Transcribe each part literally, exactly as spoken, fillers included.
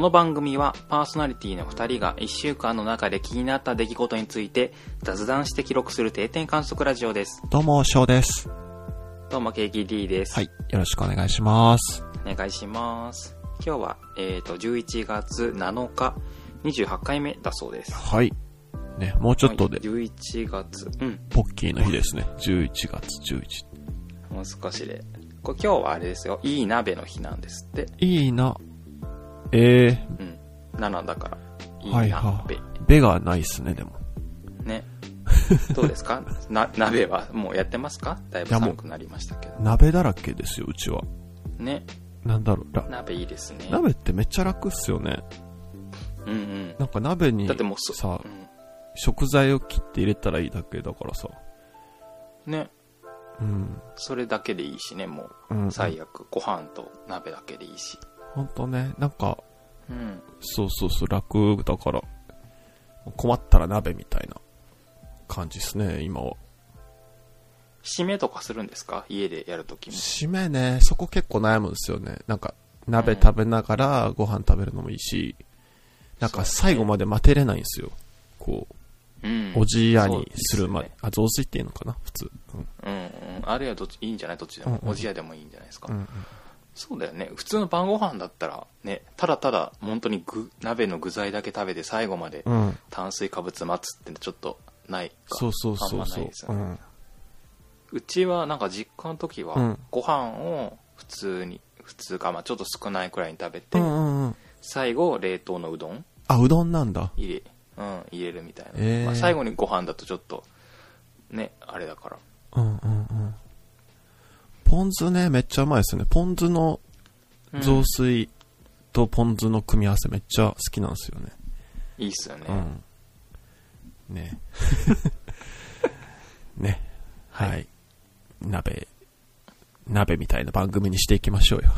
の番組はパーソナリティのふたりがいっしゅうかんの中で気になった出来事について雑談して記録する定点観測ラジオです。 どうも、翔です。 どうも、ケーキ D です。 はい、よろしくお願いします。 お願いします。今日は、えーと、じゅういちがつなのか、にじゅうはちかいめだそうです。 はい。ね、もうちょっとで。 はい、じゅういちがつ、うん。 ポッキーの日ですね。じゅういちがつじゅういち。 もう少しで。これ今日はあれですよ。いい鍋の日なんですって。 いいな。ええー。 うん。ななだから。いいな。 はいはい。べがないっすね、でも。 ね。どうですかな、鍋はもうやってますか？だいぶ寒くなりましたけど。 鍋だらけですよ、うちは。 ね。 なんだろう。 鍋いいですね。 鍋ってめっちゃ楽っすよね。 うんうん。 なんか鍋にだってもうさ、 うん、 食材を切って入れたらいいだけだからさ。 ね。 うん。 それだけでいいしね、もう。うんうん、最悪。ご飯と鍋だけでいいし。 ほんとね、なんか、 うん、 そうそうそう、楽だから、困ったら鍋みたいな感じですね、今は。 締めとかするんですか？家でやるときも。 締めね、そこ結構悩むんですよね。なんか、鍋食べながらご飯食べるのもいいし、うん、なんか最後まで待てれないんですよ。こう、うん、おじやにするまで。ね、あ、雑炊っていうのかな普通。うん。 うんうん。あるいはどっち、いいんじゃないどっちでも、うんうん。おじやでもいいんじゃないですか。 うんうん、 そうだよね。普通の晩ご飯だったら、ね、ただただ、本当に具、鍋の具材だけ食べて最後まで炭水化物待つってちょっとないか。 そうそうそうそう。 あんまないですよね。うん、うちはなんか実家の時は、ご飯を普通に、普通か、まあちょっと少ないくらいに食べて、うんうんうん、最後冷凍のうどん。 あ、うどんなんだ。 入れ、うん、入れるみたいな。 えーまあ、最後にご飯だとちょっと、ね、あれだから。 うんうんうん。ポン酢ね、めっちゃうまいですね。ポン酢の雑炊とポン酢の組み合わせめっちゃ好きなんですよね。 いいっすよね。 うん、ね。ね。はい。はい、鍋、鍋みたいな番組にしていきましょうよ。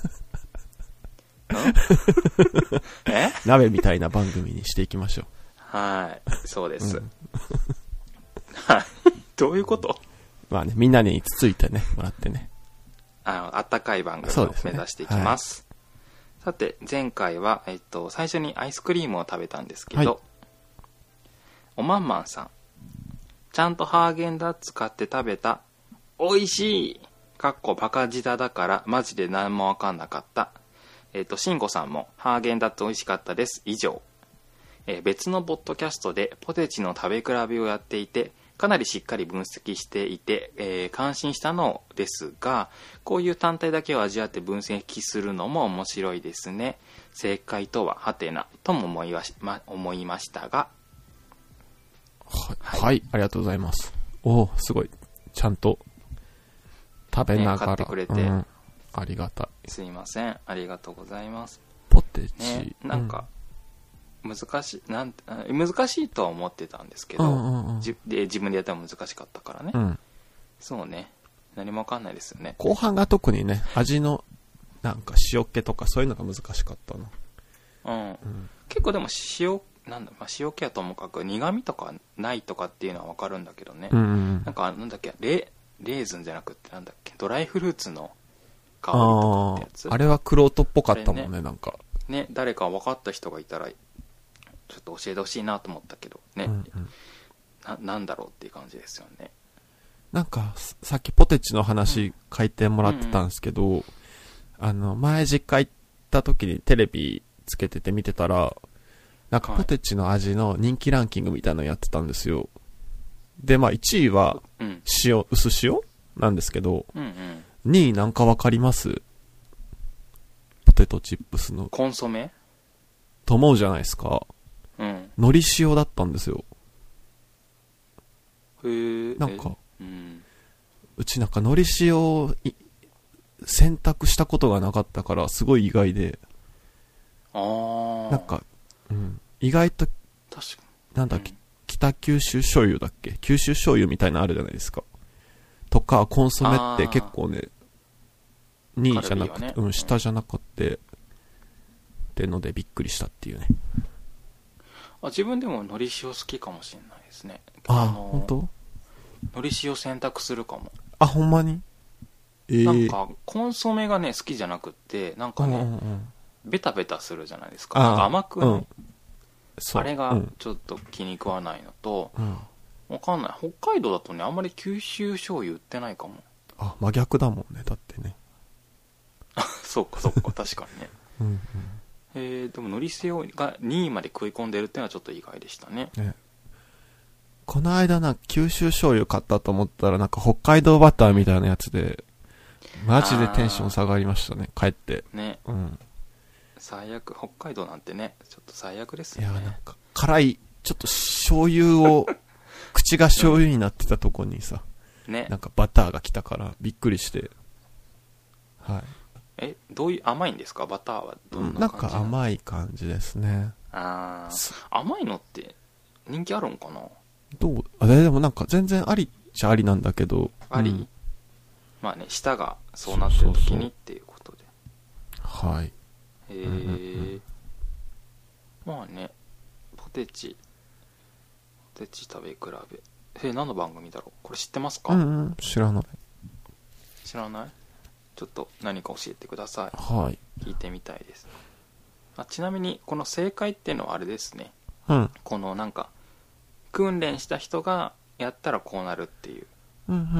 え？ 鍋みたいな番組にしていきましょう。 はい。そうです。うん、はい。どういうこと？ まあね、みんなにつついてね、もらってね。 あの、あったかい番組を目指していきます。ね、はい、さて、前回は、えっと、最初にアイスクリームを食べたんですけど、はい、おまんまんさん。ちゃんとハーゲンダッツ買って食べた。美味しいかっこバカ舌だからマジで何もわかんなかった。えっと、しんごさんもハーゲンダッツ美味しかったです。以上。えー、別のポッドキャストでポテチの食べ比べをやっていて、かなりしっかり分析していて、えー、感心したのですが、こういう単体だけを味わって分析するのも面白いですね。正解とはハテナとも思いまし、ま、思いましたが、 はい、はい、はい、ありがとうございます。おー、すごい。ちゃんと食べながら、ね、 買ってくれて、 うん、ありがたい。 すいません、ありがとうございます。 ポテチ、 ね、なんか、うん、難しいなん難しいとは思ってたんですけど、うんうんうん、じで自分でやったら難しかったからね、うん、そうね、何もわかんないですよね。 後半が特にね、味のなんか塩気とかそういうのが難しかったな。 うん、うん、結構でも塩なんだ、まあ、塩気はともかく苦味とかないとかっていうのはわかるんだけどね、うんうん、なんかなんだっけレレーズンじゃなくてなんだっけドライフルーツの香りとかってやつ。 あ, あれはクロートっぽかったもん ね, ねなんかね、誰か分かった人がいたらちょっと教えてほしいなと思ったけどね、うんうん、な, なんだろうっていう感じですよね。 なんかさっきポテチの話書いてもらってたんですけど、うんうん、あの前実家行った時にテレビつけてて見てたらなんかポテチの味の人気ランキングみたいなのやってたんですよ。でまあいちいは塩、うん、薄塩なんですけど、うんうん、にいなんかわかります？ポテトチップスのコンソメと思うじゃないですか。うん、海苔塩だったんですよ。 へー、 なんか、 うん、 うちなんか海苔塩を選択したことがなかったからすごい意外で、 あなんか、うん、意外と確かなんだっけ、うん、北九州醤油だっけ、九州醤油みたいなのあるじゃないですか。とかコンソメって結構ねにいじゃなくて、ね、うん、下じゃなくて、うん、ってのでびっくりしたっていうね。 あ、自分でも海苔塩好きかもしれないですね。 ああ、本当？ 海苔塩選択するかも。 あ、ほんまに？えー、 なんかコンソメがね好きじゃなくって、なんかね、うんうんうん、 ベタベタするじゃないですか。なんか甘くない、うん、 そうあれがちょっと気に食わないのと、うん、わかんない。北海道だとね、あんまり九州醤油売ってないかも。 あ、真逆だもんね、だってね。 そうかそうか、確かにね。 うん、うん、 えー、でものり塩がにいまで食い込んでるっていうのはちょっと意外でしたね。 ね、この間なんか九州醤油買ったと思ったらなんか北海道バターみたいなやつで、マジでテンション下がりましたね、帰って。 ね。 うん。 最悪、北海道なんてね、ちょっと最悪ですよね。 いや、なんか辛い、ちょっと醤油を、口が醤油になってたとこにさ、 うん、ね。 なんかバターが来たからびっくりして。はい。 え、どういう、甘いんですかバターはどんな感じなの？ なんか甘い感じですね。 ああ、甘いのって人気あるんかな？ どうあれでもなんか全然ありっちゃありなんだけど。 あり、うん、まあね、舌がそうなってる時にっていうことで。 そうそうそう、はい。へえー、うんうんうん、まあね、ポテチ、ポテチ食べ比べ。えー、何の番組だろう？これ知ってますか？ うんうん、知らない。 知らない？ちょっと何か教えてください。 はい。 聞いてみたいです。あ、ちなみにこの正解っていうのはあれですね。 うん。 このなんか訓練した人がやったらこうなるっていう。 うんうんうん。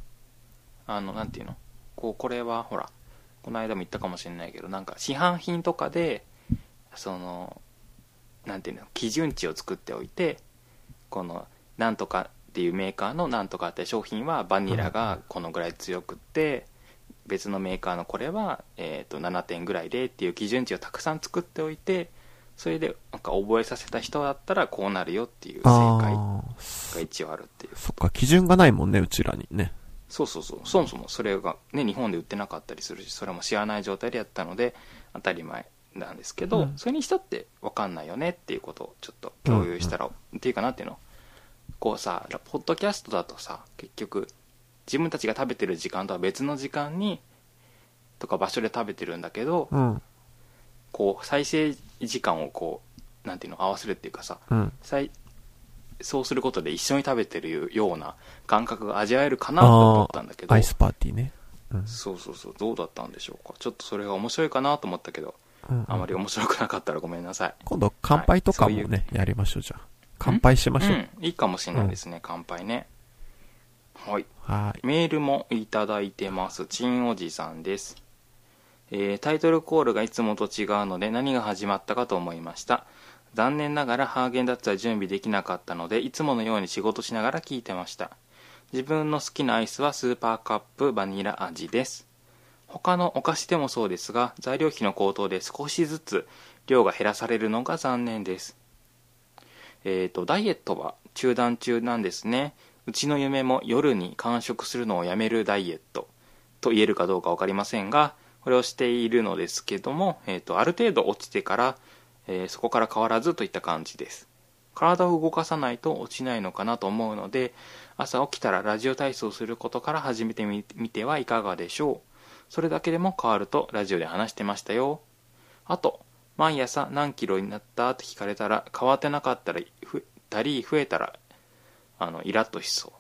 あのなんていうの？こうこれはほらこの間も言ったかもしれないけど、なんか市販品とかでそのなんていうの基準値を作っておいて、このなんとかっていうメーカーのなんとかって商品はバニラがこのぐらい強くって、別のメーカーのこれは、えー、とななてんぐらいでっていう基準値をたくさん作っておいて、それでなんか覚えさせた人だったらこうなるよっていう正解が一応あるっていう。 そっか、基準がないもんね、うちらにね。 そうそうそう、そもそもそれがね日本で売ってなかったりするし、それも知らない状態でやったので当たり前なんですけど、うん、それにしたって分かんないよねっていうことをちょっと共有したら、うんうん、っていうかなっていうのこうさ、ポッドキャストだとさ、結局自分たちが食べてる時間とは別の時間にとか場所で食べてるんだけど、 うん、 こう再生時間をこうなんていうの合わせるっていうかさ、 うん、 そうすることで一緒に食べてるような感覚が味わえるかなと思ったんだけど、 アイスパーティーね、 うん、そうそうそう、どうだったんでしょうか。ちょっとそれが面白いかなと思ったけど、うんうん、あまり面白くなかったらごめんなさい。 今度乾杯とかもね、はい、ううやりましょう。じゃあ乾杯しましょう。 うん、いいかもしれないですね、うん、乾杯ね。はい、 はい。 メールもいただいてます。ちんおじさんです。えー、タイトルコールがいつもと違うので何が始まったかと思いました。残念ながらハーゲンダッツは準備できなかったのでいつものように仕事しながら聞いてました。自分の好きなアイスはスーパーカップバニラ味です。他のお菓子でもそうですが、材料費の高騰で少しずつ量が減らされるのが残念です。えーと、ダイエットは中断中なんですね。うちの嫁も夜に間食するのをやめるダイエットと言えるかどうか分かりませんが、これをしているのですけども、えーと、ある程度落ちてから、えー、そこから変わらずといった感じです。体を動かさないと落ちないのかなと思うので、朝起きたらラジオ体操することから始めてみてはいかがでしょう。それだけでも変わるとラジオで話してましたよ。あと、毎朝何キロになったって聞かれたら、変わってなかったり増えたらあのイラッとしそう。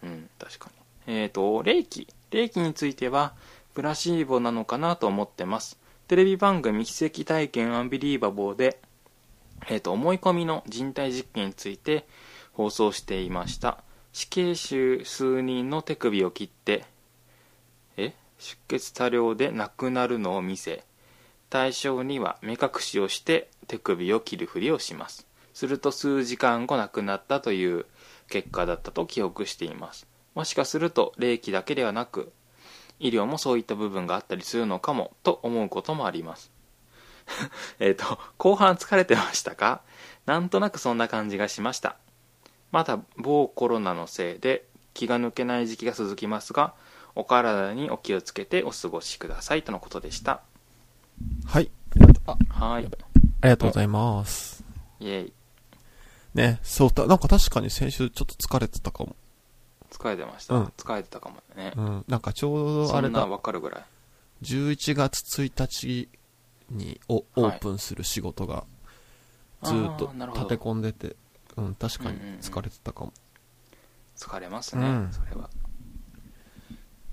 うん、確かに。えっと、霊気。霊気については、プラシーボなのかなと思ってます。テレビ番組奇跡体験アンビリーバボーで、えっと、思い込みの人体実験について放送していました。死刑囚数人の手首を切って、え出血多量で亡くなるのを見せ、対象には目隠しをして手首を切るふりをします。すると数時間後亡くなったという結果だったと記憶しています。もしかすると霊気だけではなく医療もそういった部分があったりするのかもと思うこともありますえっと後半疲れてましたか？なんとなくそんな感じがしました。まだ某コロナのせいで気が抜けない時期が続きますが、お体にお気をつけてお過ごしくださいとのことでした。 はい、 あ、はい、 ありがとうございます。 イエイね、そうだ、なんか確かに先週ちょっと疲れてたかも。 疲れてました、うん、疲れてたかもね。 うん、なんかちょうどあれだ、 そんな分かるぐらい。 じゅういちがつついたちにオープンする仕事がずっと立て込んでて、うん、確かに疲れてたかも。 うんうんうん、疲れますね、うん、それは。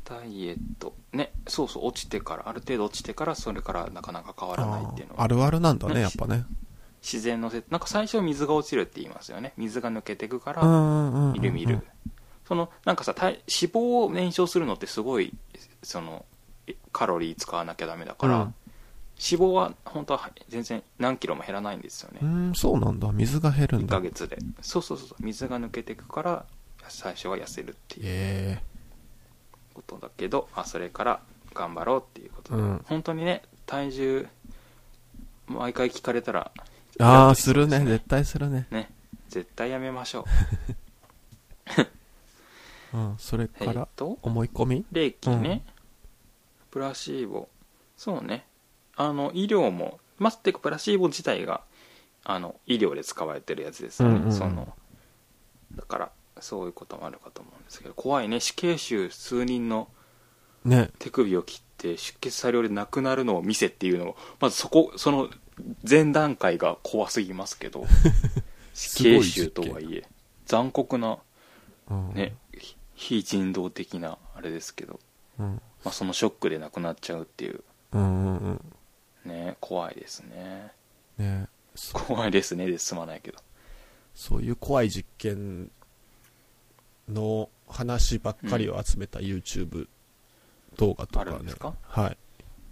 ダイエットね、そうそう、落ちてからある程度落ちてからそれからなかなか変わらないっていうのはあるあるなんだね、やっぱね。 自然のせなんか最初水が落ちるって言いますよね。水が抜けていくからみるみる、そのなんかさ脂肪を燃焼するのってすごいそのカロリー使わなきゃダメだから、うん、脂肪は本当は全然何キロも減らないんですよね。 うん、そうなんだ。水が減るんだ。 いっかげつで。そうそうそう、水が抜けていくから最初は痩せるっていうことだけど、あそれから頑張ろうっていうことで、うん、本当にね体重毎回聞かれたらああするね、絶対するね。 ね、絶対やめましょう。うん、それから、えー、と思い込み霊気ね、うん、プラシーボ、そうね、あの医療もまずってかプラシーボ自体があの医療で使われてるやつですよね、うんうん、そのだからそういうこともあるかと思うんですけど、怖いね。死刑囚数人の手首を切って出血作業で亡くなるのを見せっていうのを、まずそこその前段階が怖すぎますけど死刑囚とはいえ残酷な、ね、うん、非人道的なあれですけど、うん、まあ、そのショックで亡くなっちゃうっていう、うんうんうん、ね、怖いですね。ね、怖いですねで済まないけど、 そういう怖い実験の話ばっかりを集めた YouTube 動画とかね、うん、あるんですか？はい。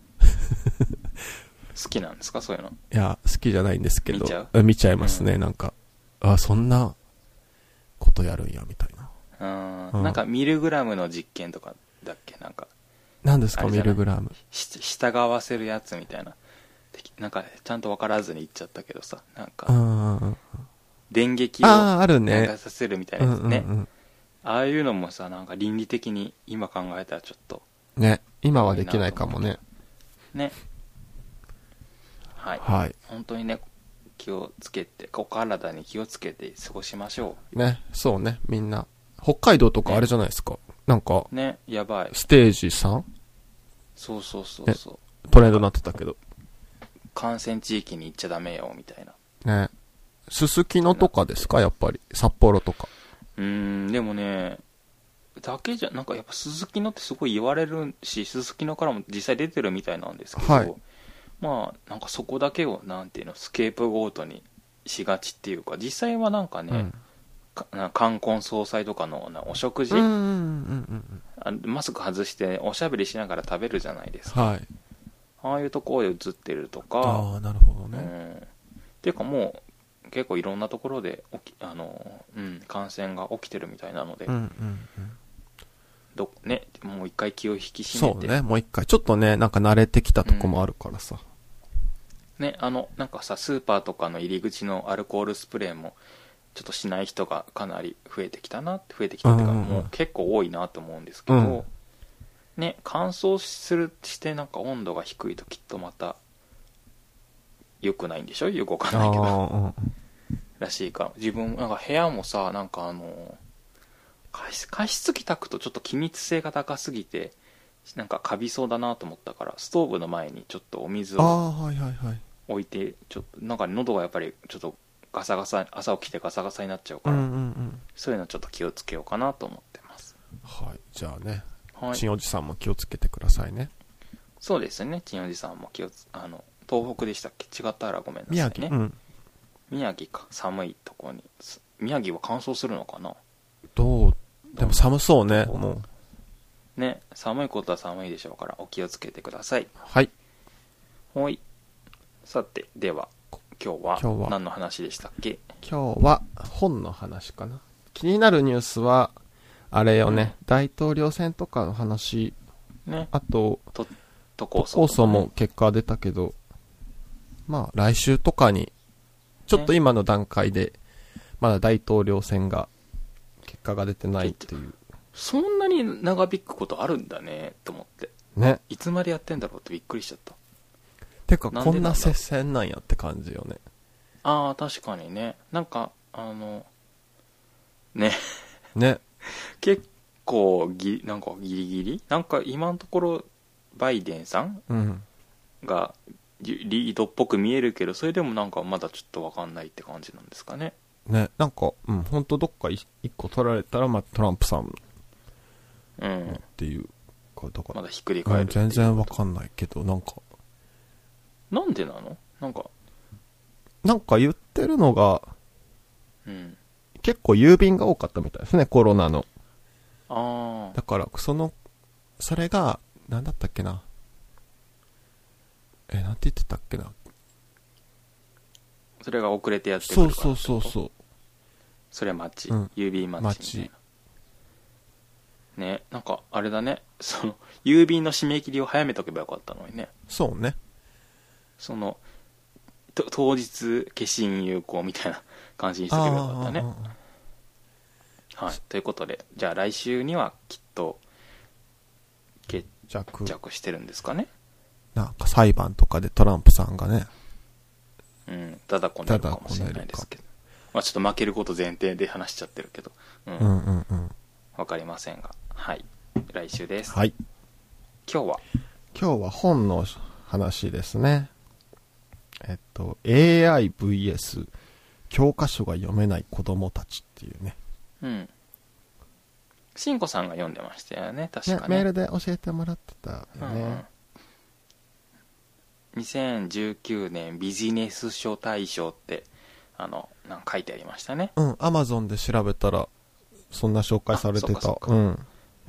好きなんですかそういうの？ いや好きじゃないんですけど見ちゃう？ 見ちゃいますね、うん、なんかあそんなことやるんやみたいな、うん、なんかミルグラムの実験とかだっけ、なんか何ですかミルグラム？ 従わせるやつみたいな、なんかちゃんと分からずに言っちゃったけどさ、なんか電撃を流させるみたいなやつね、うんうんうん、ああいうのもさ、なんか倫理的に今考えたらちょっとね、今はできないかもね。 ね、はい、 はい、 本当にね気をつけて、お体に気をつけて過ごしましょうね。そうね、みんな北海道とかあれじゃないですか、ね、なんかね、やばいステージさん、 そうそうそうそう、 ね、トレンドになってたけど感染地域に行っちゃダメよみたいなね。すすきのとかですか、やっぱり札幌とか。 うーん、でもねだけじゃ、なんかやっぱすすきのってすごい言われるし、すすきのからも実際出てるみたいなんですけど、はい、まあなんかそこだけをなんていうのスケープゴートにしがちっていうか、実際はなんかね、うん、かな冠婚葬祭とかのなお食事、うんうんうんうん、マスク外しておしゃべりしながら食べるじゃないですか、はい、ああいうところで映ってるとか、 ああなるほどね、うん、 っていうかもう結構いろんなところで起きあの、うん、感染が起きてるみたいなので、うんうんうん、どね、もう一回気を引き締めて、 そうね、もう一回ちょっとねなんか慣れてきたとこもあるからさ、 うん、ね、あのなんかさスーパーとかの入り口のアルコールスプレーもちょっとしない人がかなり増えてきたなって増えてきたっていうか、うんうんうん、もう結構多いなと思うんですけど、うん、ね、乾燥するしてなんか温度が低いときっとまた良くないんでしょ、よくわかんないけど、うん、らしいから、自分なんか部屋もさ、なんかあの加湿、加湿器炊くとちょっと気密性が高すぎてなんかカビそうだなと思ったから、ストーブの前にちょっとお水を置いて、ちょっとなんか喉がやっぱりちょっとガサガサ、朝起きてガサガサになっちゃうから、うんうんうん、そういうのちょっと気をつけようかなと思ってます。 はい、じゃあね、はい、陳おじさんも気をつけてくださいね。 そうですね、陳おじさんも気をつあの東北でしたっけ、違ったらごめんなさいね。宮城、うん、宮城か、寒いとこに。宮城は乾燥するのかな。 どうでも寒そうね、もうね、寒いことは寒いでしょうからお気をつけてください。 はい。 ほい。さてでは今日は何の話でしたっけ？ 今日は本の話かな。気になるニュースはあれよね、うん、大統領選とかの話、ね、あとと都構想、ね、構想も結果出たけど、まあ来週とかにちょっと今の段階でまだ大統領選が結果が出てないっていう。 そんなに長引くことあるんだねと思ってね、 いつまでやってんだろうってびっくりしちゃった。 てかこんな接戦なんやって感じよね。 ああ確かにね、なんかあのねね結構ギなんかギリギリなんか今のところバイデンさんがリードっぽく見えるけど、それでもなんかまだちょっと分かんないって感じなんですかね。 ね、なんかうん本当どっか一個取られたらまあトランプさん、 うん、 っていうか、だから。 まだひっくり返る、 うん。全然わかんないけど、なんか。 なんでなの？なんか。 なんか言ってるのが、 うん。 結構郵便が多かったみたいですね、コロナの。 ああ。 だから、その、それが、なんだったっけな。え、なんて言ってたっけな。 それが遅れてやってくるからってこと。 そうそうそうそう。 それは待ち、 うん、 郵便待ちみたいな。ね、なんかあれだね、その郵便の締め切りを早めとけばよかったのにね。 そうね。 そのと当日消印有効みたいな感じにしとけばよかったね。はい、ということで、じゃあ来週にはきっと決着してるんですかね。 なんか裁判とかでトランプさんがね、 うん、ただこねるかもしれないですけど、まあちょっと負けること前提で話しちゃってるけど、うん、うんうんうん、わかりませんが、はい、来週です。 はい。 今日は今日は本の話ですね。えっと エーアイブイエス 教科書が読めない子供たちっていうね。 うん。しんこさんが読んでましたよね、確かね。 ね、メールで教えてもらってたよね。うんうん、 にせんじゅうきゅうねんビジネス書大賞ってあのなんか書いてありましたね。 うん、アマゾンで調べたらそんな紹介されてた。うん。うんうん。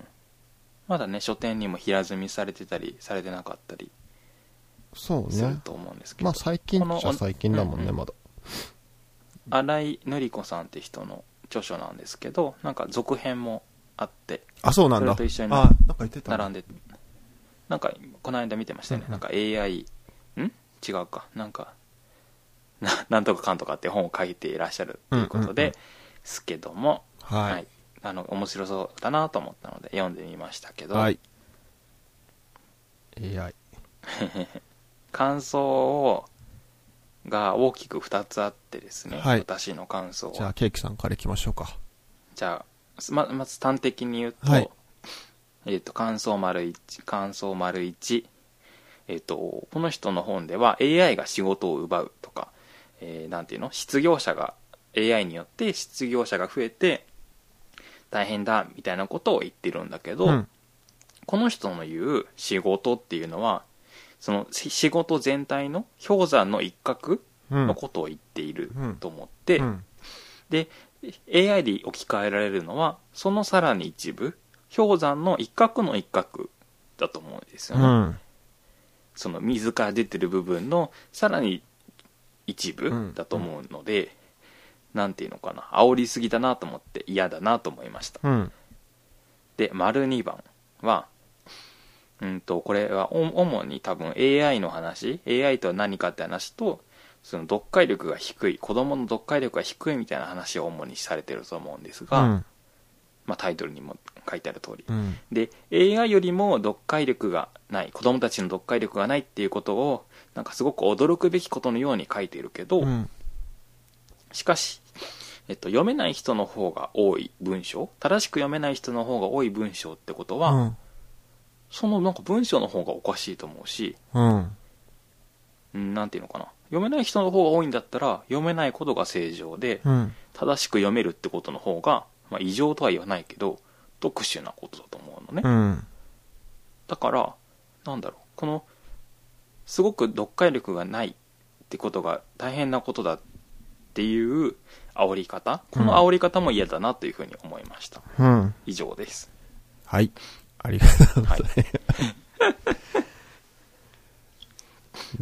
まだね書店にも平積みされてたりされてなかったりそうねすると思うんですけど。 まあ最近じゃ最近だもんね、うんうん、まだ。 新井紀子さんって人の著書なんですけど、なんか続編もあって、 あ、そうなんだ。 それと一緒にあ、なんか言ってた、 並んで、なんかこの間見てましたね。うんうん、なんか エーアイ、ん違うか、なんかな、なんとかかんとかって本を書いていらっしゃるということで、うんうんうん、すけども、 はい、 はい、あの面白そうだなと思ったので読んでみましたけど、 はい、エーアイ感想をが大きくふたつあってですね、 はい、 私の感想は。 じゃあケーキさんからいきましょうか。 じゃあ ま, まず端的に言うと、はい、えーと感想丸いち、感想丸いち、えーとこの人の本では エーアイ が仕事を奪うとか、えー、なんていうの、失業者が エーアイ によって失業者が増えて大変だみたいなことを言ってるんだけど、うん、この人の言う仕事っていうのはその仕事全体の氷山の一角のことを言っていると思って、うんうん、で エーアイ で置き換えられるのはそのさらに一部、氷山の一角の一角だと思うんですよね、うん、その水から出てる部分のさらに一部だと思うので、うん、なんていうのかな、煽りすぎだなと思って嫌だなと思いました、うん、で丸にばんはうんとこれは主に多分 エーアイ の話、 エーアイ とは何かって話と、その読解力が低い、子供の読解力が低いみたいな話を主にされてると思うんですが、うん、まあ、タイトルにも書いてある通り、うん、で エーアイ よりも読解力がない、子供たちの読解力がないっていうことをなんかすごく驚くべきことのように書いているけど、うん、しかし、えっと、読めない人の方が多い文章、正しく読めない人の方が多い文章ってことは、うん、そのなんか文章の方がおかしいと思うし、うんうん、なんていうのかな、読めない人の方が多いんだったら読めないことが正常で、うん、正しく読めるってことの方が、まあ、異常とは言わないけど特殊なことだと思うのね、うん、だからなんだろう、このすごく読解力がないってことが大変なことだっていう煽り方、この煽り方も嫌だなというふうに思いました、うん、以上です。 はい、ありがとうございます、はい、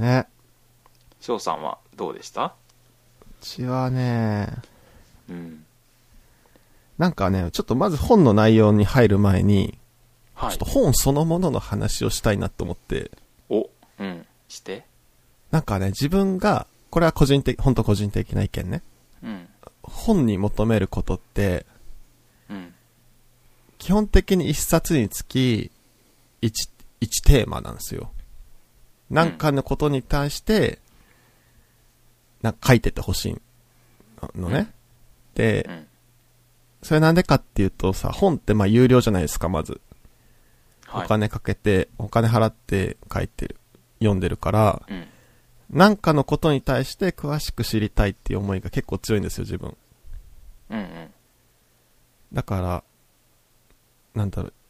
ね。 翔さんはどうでした？ うちはね、うん、なんかね、ちょっとまず本の内容に入る前に、はい、ちょっと本そのものの話をしたいなと思って。 お、うん、して。 なんかね、自分が、これは個人的、本当個人的な意見ね。うん、本に求めることって、うん、基本的に一冊につき一、一テーマなんですよ。なんかのことに対して、なんか書いててほしいのね。うん、で、うん、それなんでかっていうとさ、本ってまあ有料じゃないですか、まず。はい、お金かけて、お金払って書いてる、読んでるから、うん、なんかのことに対して詳しく知りたいっていう思いが結構強いんですよ、自分。うんうん、だから、なんだろう、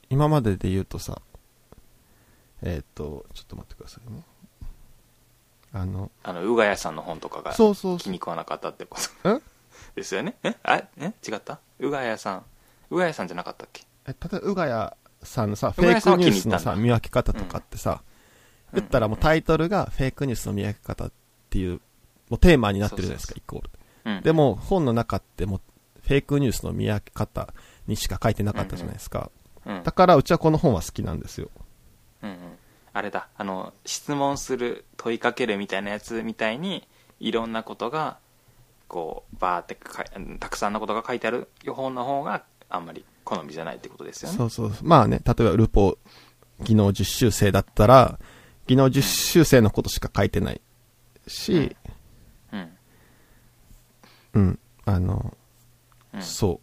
今までで言うとさ、えっと、ちょっと待ってくださいね。あの、 あの、うがやさんの本とかがそうそうそう気に食わなかったってことえですよね。えあえ違ったうがやさん。うがやさんじゃなかったっけ？ え、例えば、うがやさんのさ、フうがェイやさんは気に入クニュースのさ、 ったんだ見分け方とかってさ、 うん打ったらもうタイトルがフェイクニュースの見分け方っていう、もうテーマになってるじゃないですか、イコール。 うん、 でも、本の中ってもう、フェイクニュースの見分け方にしか書いてなかったじゃないですか。 うんうん、 だから、うちはこの本は好きなんですよ。 うんうん、あれだ、あの、質問する、問いかけるみたいなやつみたいに、いろんなことが、こう、バーってかい、たくさんのことが書いてある本の方があんまり好みじゃないってことですよね。 そうそう。まあね、例えばルポ技能実習生だったら、技能実習生のことしか書いてないし、 うん。 うん、うん、あの、 うん、 そう、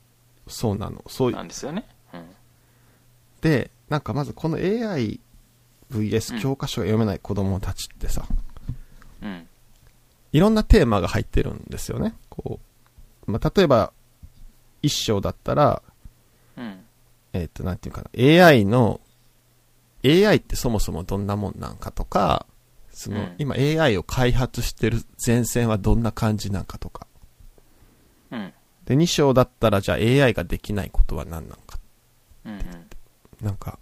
そうなの。そうなんですよね。うん。 で、なんかまずこの エーアイブイエス 教科書が読めない子供たちってさ、 うん。 いろんなテーマが入ってるんですよね。こう、まあ、例えば、一章だったら、 うん。 えっと、なんていうかな、エーアイ の、エーアイ ってそもそもどんなもんなんかとか、その、 うん、 今 エーアイ を開発してる前線はどんな感じなんかとか。 うん。 で、に章だったら、じゃあ エーアイ ができないことは何なのか。 うん。うん。 なんか、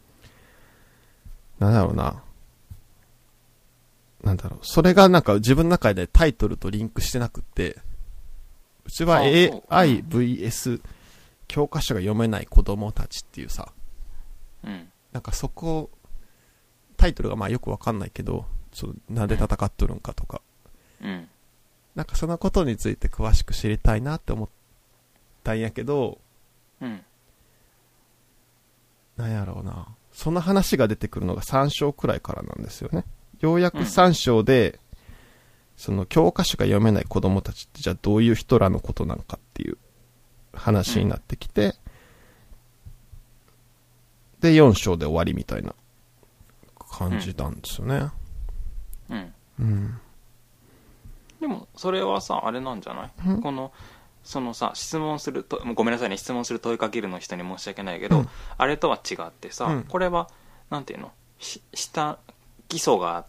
なんだろうな。なんだろう。それがなんか自分の中でタイトルとリンクしてなくって、うちは エーアイブイエス 教科書が読めない子供たちっていうさ、 うん。 なんかそこ、タイトルがまあよくわかんないけど、そうなんで戦っとるんかとか、 うん。 なんかそのことについて詳しく知りたいなって思ったんやけど、 うん。 なんやろうな。その話が出てくるのがさん章くらいからなんですよね。ようやくさん章で、その教科書が読めない子供たちってじゃあどういう人らのことなんかっていう話になってきて、でよん章で終わりみたいな感じなんですよね。 うん。 うん。 でも、それはさ、あれなんじゃない？この、そのさ、質問すると、ごめんなさいね、質問する問いかけるの人に申し訳ないけど、うん、あれとは違ってさ、うん、これは、なんていうの？下、基礎があって、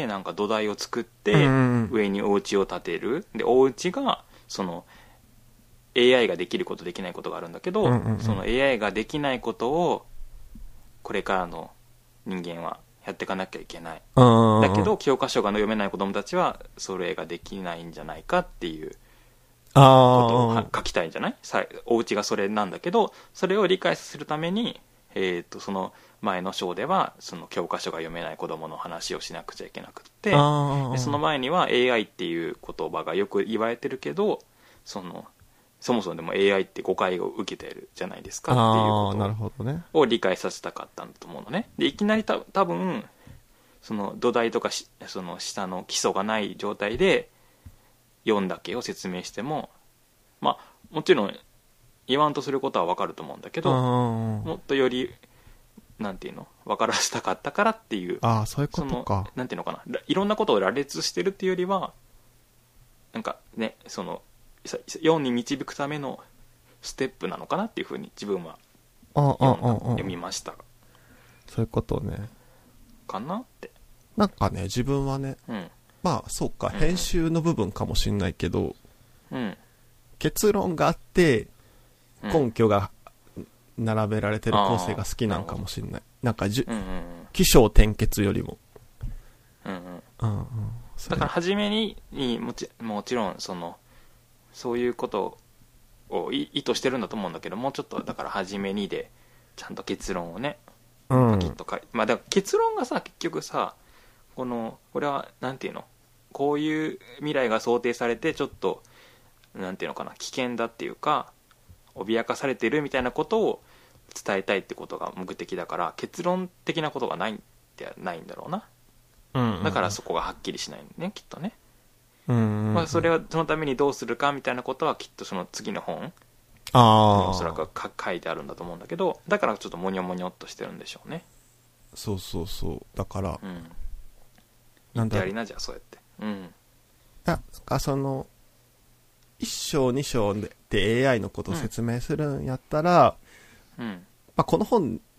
なんか土台を作って、うん、上にお家を建てる。で、お家が、その、エーアイ ができることできないことがあるんだけど、うんうんうん、その エーアイ ができないことを、これからの人間はやっていかなきゃいけない。だけど、教科書が読めない子供たちは、それができないんじゃないかっていう、ことを書きたいんじゃない？お家がそれなんだけど、それを理解するために、えー、とその前の章ではその教科書が読めない子供の話をしなくちゃいけなくって、でその前には エーアイ っていう言葉がよく言われてるけど、そのそもそもでも エーアイ って誤解を受けてるじゃないですかっていうことを理解させたかったんだと思うのね。でいきなりた多分その土台とかしその下の基礎がない状態でよんだけを説明しても、まあもちろん言わんとすることは分かると思うんだけど、もっとよりなんていうの分からせたかったからっていう、 ああそういうことか、 そのなんていうのかな、いろんなことを羅列してるっていうよりはなんかね、そのよんに導くためのステップなのかなっていうふうに自分は読みましたが、 そういうことねかなって。 なんかね自分はね、うん、まあそうか、うん、編集の部分かもしんないけど、うん、結論があって根拠が並べられてる構成が好きなんかもしんない。なんかじゅ、うんうん、起承転結よりも、 うんうんうんうん、だから初めにも ち, もちろんそのそういうことを意図してるんだと思うんだけど、もうちょっとだから初めにでちゃんと結論をね、パキッと書いて、まあだから結論がさ結局さ、このこれはなんていうの、こういう未来が想定されてちょっとなんていうのかな、危険だっていうか脅かされてるみたいなことを伝えたいってことが目的だから、結論的なことがないってないんだろうな、うんうん、だからそこがはっきりしないねきっとね、うんうんうん、まあ、それはそのためにどうするかみたいなことはきっとその次の本あおそらく書いてあるんだと思うんだけど、だからちょっとモニョモニョっとしてるんでしょうね。 そうそうそう、だから、うん、 なんだやりな、じゃあそうやって、うん、いやなんそのいっ章に章で エーアイ のことを説明するんやったら、うん、まあ、この本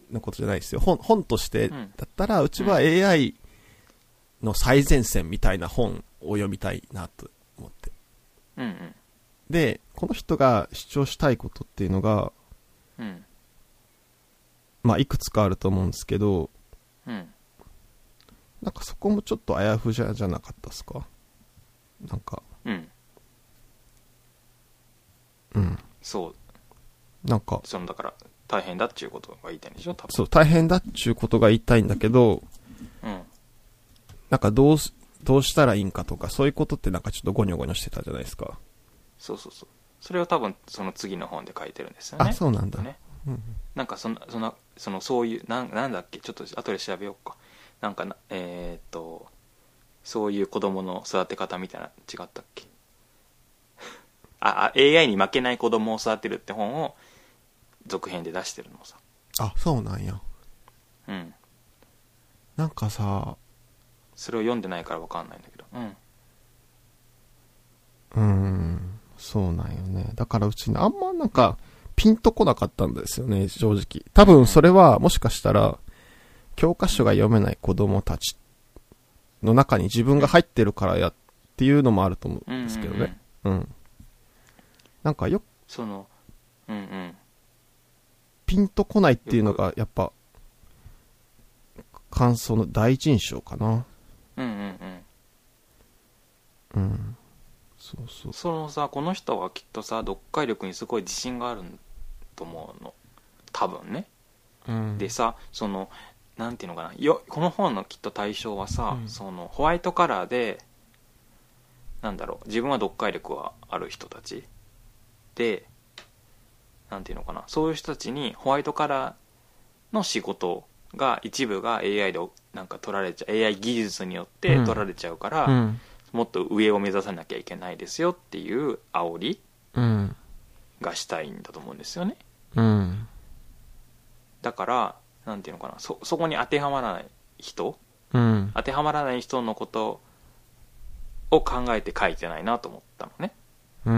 のことじゃないですよ。本、本としてだったら、うちは エーアイ の最前線みたいな本を読みたいなと思って。 うんうん。 で、この人が主張したいことっていうのが、 うん。 まあ、いくつかあると思うんですけど、 うん。 なんかそこもちょっとあやふじゃじゃなかったですか？なんか。 うん。 うん。 そう。 なんか。 その、だから、大変だっていうことが言いたいんでしょ、多分。 そう、大変だっていうことが言いたいんだけど、 うん。 なんかどうす、どうしたらいいんかとか、そういうことってなんかちょっとゴニョゴニョしてたじゃないですか。 そうそうそう。それを多分、その次の本で書いてるんですよね。 あ、そうなんだ。 ね。 うんうん、 なんかその、その、その、そういう、なん、なんだっけ、ちょっと後で調べようか。なんかな、えー、っと、そういう子供の育て方みたいな、違ったっけ。あ、エーアイ に負けない子供を育てるって本を続編で出してるのさ。 あ、そうなんや。 うん。 なんかさ、 それを読んでないから分かんないんだけど。うん。 うーん、そうなんよね。だからうちあんまなんかピンとこなかったんですよね、正直。多分それはもしかしたら教科書が読めない子供たちの中に自分が入ってるからやっていうのもあると思うんですけどね。うん、うんうん。なんかよその、うんうん。 ピンとこないっていうのがやっぱ感想の第一印象かな。 うんうんうん。 うん。そうそう。 そのさ、この人はきっとさ、読解力にすごい自信があると思うの。多分ね。 うん、 でさ、その、なんていうのかな。よ、この本のきっと対象はさ、うん、その、ホワイトカラーで、なんだろう、自分は読解力はある人たち。で、なんていうのかな。そういう人たちにホワイトカラーの仕事が、一部が エーアイ でなんか取られちゃう、エーアイ 技術によって取られちゃうから、うんうんもっと上を目指さなきゃいけないですよっていう煽りがしたいんだと思うんですよね、 うん、 だからなんていうのかな そ, そこに当てはまらない人、 うん、 当てはまらない人のことを考えて書いてないなと思ったのね、 うん、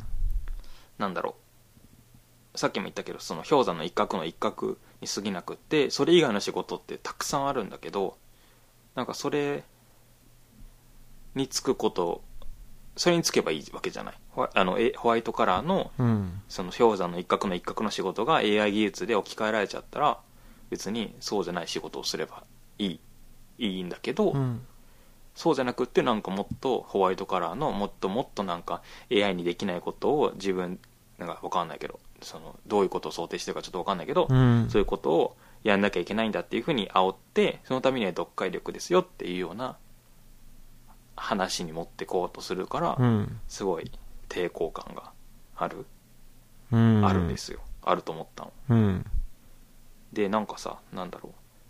なんだろうさっきも言ったけどその氷山の一角の一角に過ぎなくってそれ以外の仕事ってたくさんあるんだけどなんかそれにつくことそれにつけばいいわけじゃないあのホワイトカラーの、うん、その氷山の一角の一角の仕事が エーアイ 技術で置き換えられちゃったら別にそうじゃない仕事をすればいいいいんだけど、うん、そうじゃなくってなんかもっとホワイトカラーのもっともっとなんか エーアイ にできないことを自分なんか分かんないけどそのどういうことを想定してるかちょっと分かんないけど、うん、そういうことをやんなきゃいけないんだっていうふうに煽ってそのためには読解力ですよっていうような話に持ってこうとするから、うん、すごい抵抗感がある、うん、あるんですよあると思ったの、うん、でなんかさなんだろ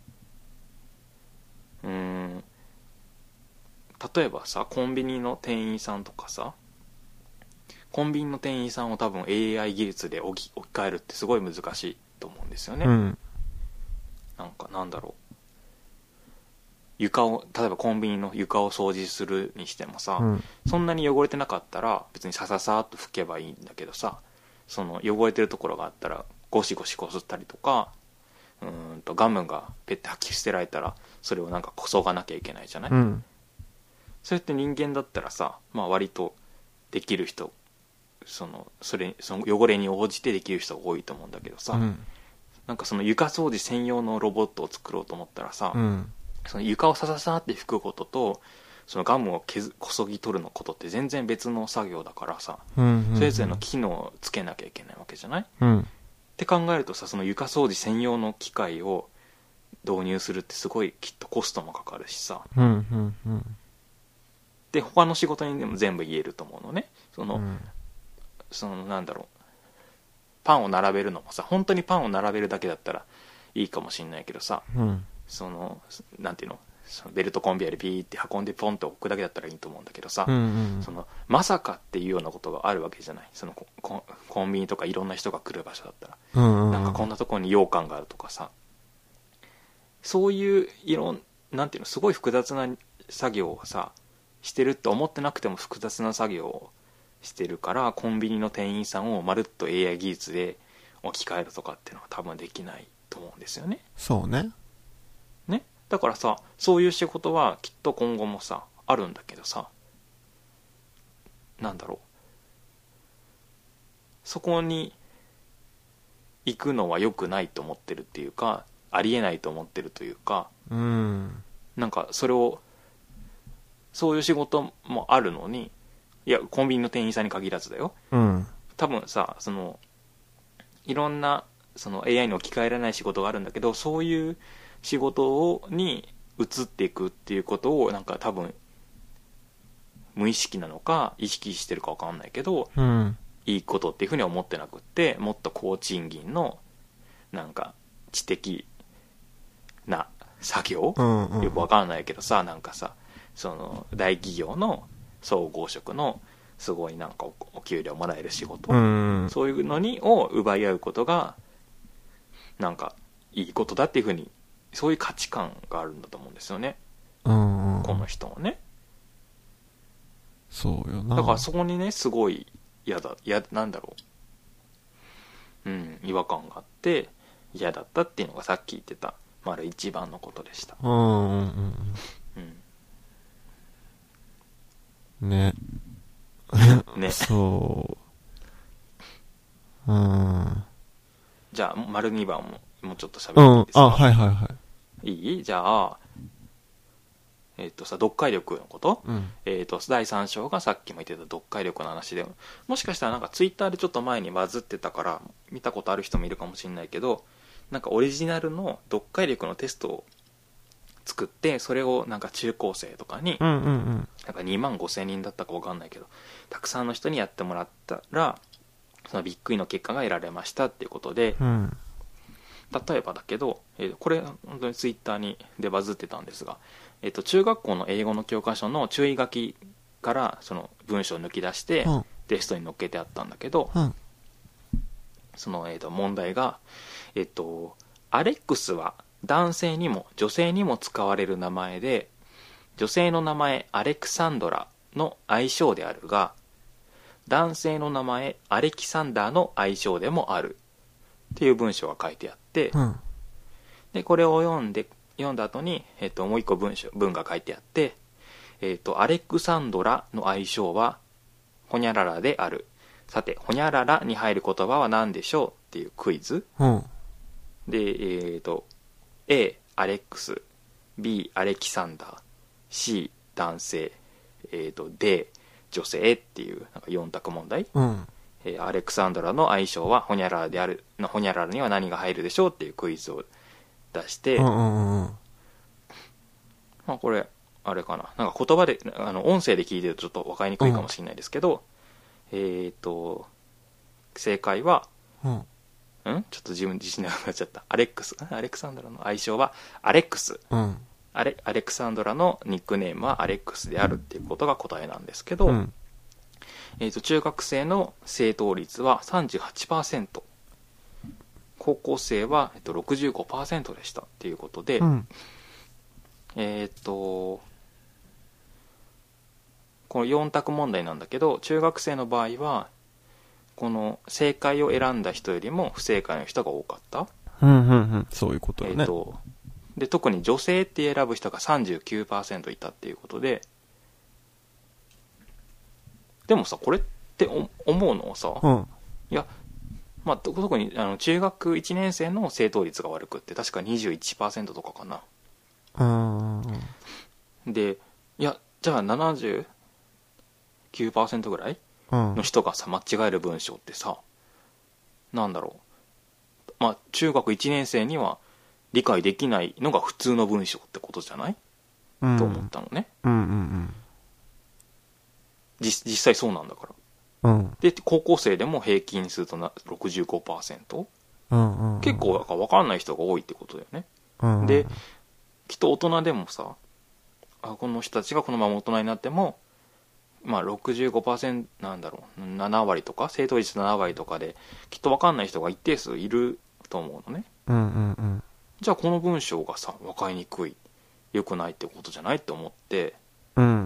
ううーん例えばさコンビニの店員さんとかさコンビニの店員さんを多分 エーアイ 技術で置き、置き換えるってすごい難しいと思うんですよね、うん、なんかなんだろう床を例えばコンビニの床を掃除するにしてもさ、うん、そんなに汚れてなかったら別にさささっと拭けばいいんだけどさその汚れてるところがあったらゴシゴシこすったりとかうーんとガムがペッて吐き捨てられたらそれをなんかこそがなきゃいけないじゃない、うん、それって人間だったらさ、まあ、割とできる人そのそれその汚れに応じてできる人が多いと思うんだけどさ、うん、なんかその床掃除専用のロボットを作ろうと思ったらさ、うんその床をさささって拭くこととそのガムを削こそぎ取るのことって全然別の作業だからさ、うんうんうん、それぞれの機能をつけなきゃいけないわけじゃない、うん、って考えるとさその床掃除専用の機械を導入するってすごいきっとコストもかかるしさ、うんうんうん、で他の仕事にでも全部言えると思うのねその、うん、そのなんだろうパンを並べるのもさ本当にパンを並べるだけだったらいいかもしんないけどさ、うんそのなんていうのそのベルトコンベヤーでピーって運んでポンと置くだけだったらいいと思うんだけどさ、うんうん、そのまさかっていうようなことがあるわけじゃないその コ, コンビニとかいろんな人が来る場所だったら、うんうんうん、なんかこんなところに羊羹があるとかさそういういろんなんていうのすごい複雑な作業をさしてるって思ってなくても複雑な作業をしてるからコンビニの店員さんをまるっと エーアイ 技術で置き換えるとかっていうのは多分できないと思うんですよね。 そうね。 ね。だからさ、そういう仕事はきっと今後もさ、あるんだけどさ、なんだろう。そこに行くのは良くないと思ってるっていうか、ありえないと思ってるというか、 うん。 なんかそれを、そういう仕事もあるのに、いや、コンビニの店員さんに限らずだよ。 うん。 多分さ、その、いろんな、その エーアイ に置き換えられない仕事があるんだけど、そういう仕事をに移っていくっていうことを、なんか多分、無意識なのか、意識してるか分かんないけど、 うん。 いいことっていうふうには思ってなくって、もっと高賃金の、なんか、知的な作業、 うんうん、 よく分かんないけどさ、なんかさ、その、大企業の総合職の、すごいなんか お, お給料もらえる仕事、 うんうん、 そういうのにを奪い合うことがなんかいいことだっていうふうに、そういう価値観があるんだと思うんですよね、 うんうん、 この人はね。 そうよな。 だからそこにね、すごい嫌だ、嫌なんだろう、うん、違和感があって嫌だったっていうのがさっき言ってた丸一番のことでした。 うんうんうん、うん、ねねそう、うん、 じゃあ丸にばんももうちょっと喋っていいですか。 うん、あ、はいはいはい。 いい？じゃあえっ、ー、とさ、読解力のこと、 うん、 えっ、ー、とだいさん章がさっきも言ってた読解力の話で、もしかしたらなんかツイッターでちょっと前にバズってたから見たことある人もいるかもしれないけど、なんかオリジナルの読解力のテストを作って、それをなんか中高生とかに、 うんうんうん、 なんかにまんごせんにんだったか分かんないけど、たくさんの人にやってもらったらそのびっくりの結果が得られましたっていうことで、 うん、 例えばだけど、えー、これ本当にツイッターにでバズってたんですが、えー、と中学校の英語の教科書の注意書きからその文章を抜き出してテストに載っけてあったんだけど、 うん、 その、えー、と問題が、えー、とアレックスは男性にも女性にも使われる名前で、女性の名前アレクサンドラの愛称であるが、男性の名前アレキサンダーの愛称でもあるっていう文章が書いてあって、 うん、 でこれを読んで読んだ後に、えっと、もう一個文章文が書いてあって、えっと、アレクサンドラの愛称はホニャララである。さてホニャララに入る言葉は何でしょうっていうクイズ、 うん、 で、えっと A アレックス、 B アレキサンダー、 C 男性、えっと D 女性っていうなんかよん択問題、 うん、 えー、アレクサンドラの愛称はホニャララである、ホニャララには何が入るでしょうっていうクイズを出して、 うんうんうん、 まあこれあれかな、なんか言葉であの音声で聞いてるとちょっと分かりにくいかもしれないですけど、うん、えっと正解は、 うん、 んちょっと自分自信なくなっちゃった。アレックス、アレクサンドラの愛称はアレックス、 うん、 アレアレクサンドラのニックネームはアレックスであるっていうことが答えなんですけど、うん、えーと中学生の正答率は さんじゅうはちパーセント、 高校生は、えー、と ろくじゅうごパーセント でしたっていうことで、うん、えっ、ー、とこのよん択問題なんだけど、中学生の場合はこの正解を選んだ人よりも不正解の人が多かった、 うんうんうん、そういうことよね。 えーとで特に女性って選ぶ人が さんじゅうきゅうパーセント いたっていうことで、でもさこれって思うのはさ、うん、いや、まあ、特にあの中学いちねん生の正答率が悪くって確か にじゅういちパーセント とかかな。うんで、いやじゃあ ななじゅうきゅうパーセント ぐらいの人がさ間違える文章ってさ、なんだろう、まあ中学いちねん生には理解できないのが普通の文章ってことじゃない、うん、と思ったのね、うんうんうん、実, 実際そうなんだから、うん、で高校生でも平均すると ろくじゅうごパーセント、うんうんうん、結構だから分かんない人が多いってことだよね、うんうん、できっと大人でもさ、あこの人たちがこのまま大人になってもまあ ろくじゅうごパーセント なんだろうなな割とか正答率なな割とかできっと分かんない人が一定数いると思うのね、うんうんうん、じゃあこの文章がさ分かりにくい、良くないってことじゃないって思って、うんうんうん、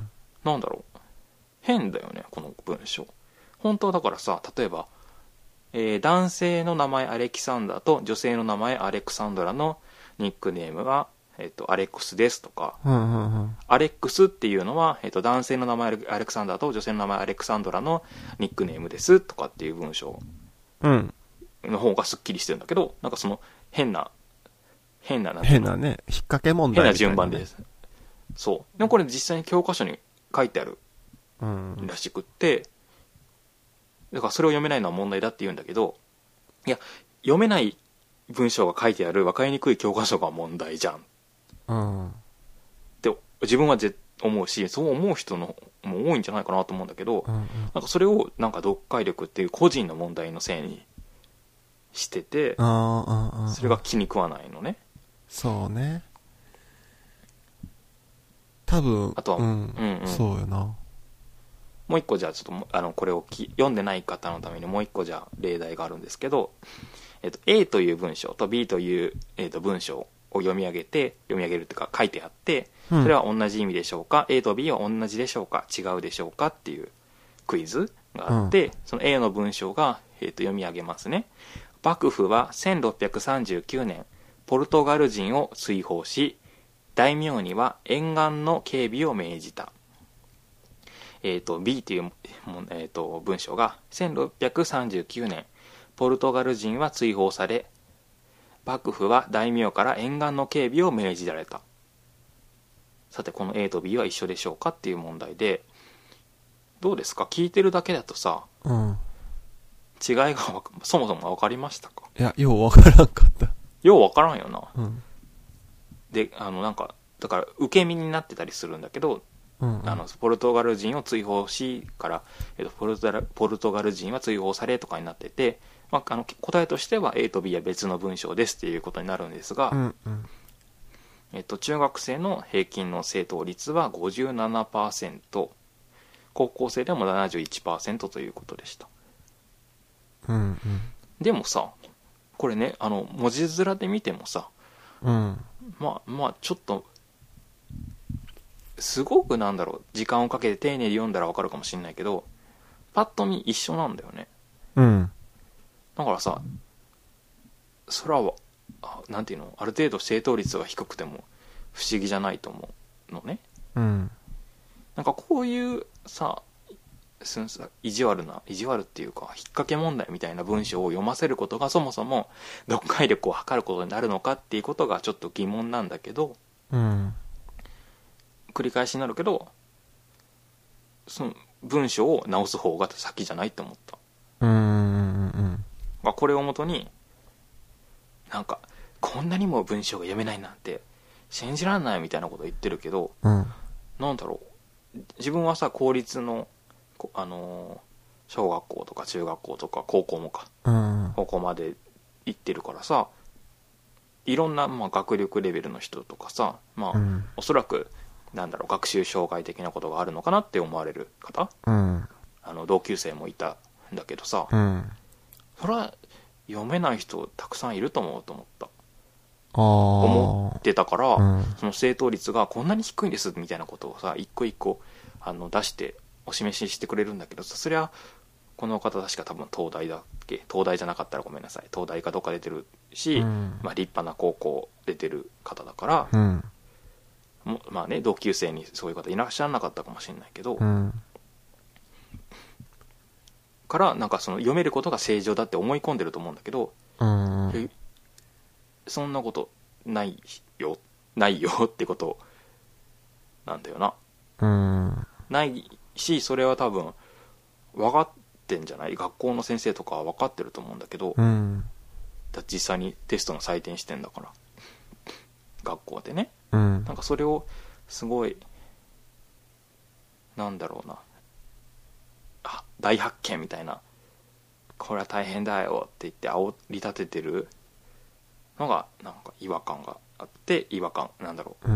なんだろう、変だよねこの文章。本当はだからさ、例えば、 えー、男性の名前アレキサンダーと女性の名前アレクサンドラのニックネームは、えー、とアレックスですとか、 うんうんうん、 アレックスっていうのは、えー、と男性の名前アレクサンダーと女性の名前アレクサンドラのニックネームですとかっていう文章の方がすっきりしてるんだけど、なんかその変な変ななんていうの変なね引っ掛け問題みたいな、ね、 変な順番です。そうでもこれ実際に教科書に書いてあるらしくって、だからそれを読めないのは問題だって言うんだけど、いや読めない文章が書いてある分かりにくい教科書が問題じゃん、うん、って自分は思うし、そう思う人のも多いんじゃないかなと思うんだけど、うんうん、なんかそれをなんか読解力っていう個人の問題のせいにしてて、それが気に食わないのね。 そうね、多分あとは、うんうんうん、 そうよな。 もう一個じゃあちょっとあのこれをき読んでない方のためにもう一個じゃあ例題があるんですけど、えっと、A という文章と B という、えっと、文章を読み上げて読み上げるというか書いてあって、それは同じ意味でしょうか、うん、A と B は同じでしょうか違うでしょうかっていうクイズがあって、うん、その A の文章が、えっと、読み上げますね。幕府はせんろっぴゃくさんじゅうきゅうねんポルトガル人を追放し、大名には沿岸の警備を命じた。えー、と B という、えー、と文章がせんろっぴゃくさんじゅうきゅうねんポルトガル人は追放され、幕府は大名から沿岸の警備を命じられた。さてこの A と B は一緒でしょうかっていう問題で、どうですか、聞いてるだけだとさ、うん、違いがそもそも分かりましたか？ いや、よう分からんかった。 よう分からんよな、うん、であのなんかだから受け身になってたりするんだけど、うんうん、あのポルトガル人を追放しから、えっと、ポルトガル、ポルトガル人は追放されとかになってて、まあ、あの答えとしては A と B は別の文章ですっていうことになるんですが、うんうん、えっと、中学生の平均の正答率は ごじゅうななパーセント、 高校生でも ななじゅういちパーセント ということでした、うんうん、でもさこれね、あの文字面で見てもさ、うん、まあまあちょっとすごくなんだろう時間をかけて丁寧に読んだら分かるかもしれないけど、パッと見一緒なんだよね。うん。だからさ、それはなんていうの、ある程度正答率が低くても不思議じゃないと思うのね。うん。なんかこういうさ、意地悪な意地悪っていうか引っ掛け問題みたいな文章を読ませることがそもそも読解力を測ることになるのかっていうことがちょっと疑問なんだけど。うん。繰り返しになるけど、その文章を直す方が先じゃないって思った。うんうんうん。これをもとになんかこんなにも文章が読めないなんて信じられないみたいなこと言ってるけど、うん、なんだろう、自分はさ公立のあのー、小学校とか中学校とか高校もか、うん、高校まで行ってるからさ、いろんな、まあ、学力レベルの人とかさ、まあ、うん、おそらくなんだろう学習障害的なことがあるのかなって思われる方、うん、あの同級生もいたんだけどさ、うん、それは読めない人たくさんいると思うと思ったあ思ってたから、うん、その正答率がこんなに低いんですみたいなことをさ一個一個あの出してお示ししてくれるんだけどさ、それはこの方確か多分東大だっけ、東大じゃなかったらごめんなさい、東大かどっか出てるし、うん、まあ、立派な高校出てる方だから、うんもまあね、同級生にそういう方いらっしゃらなかったかもしれないけど、うん、からなんかその読めることが正常だって思い込んでると思うんだけど、うん、そんなことないよないよってことなんだよな、うん、ないし、それは多分分かってんじゃない、学校の先生とかは分かってると思うんだけど、うん、だ実際にテストの採点してんだから学校でね、うん、なんかそれをすごいなんだろうなあ大発見みたいな、これは大変だよって言って煽り立ててるのがなんか違和感があって、違和感なんだろう、うん、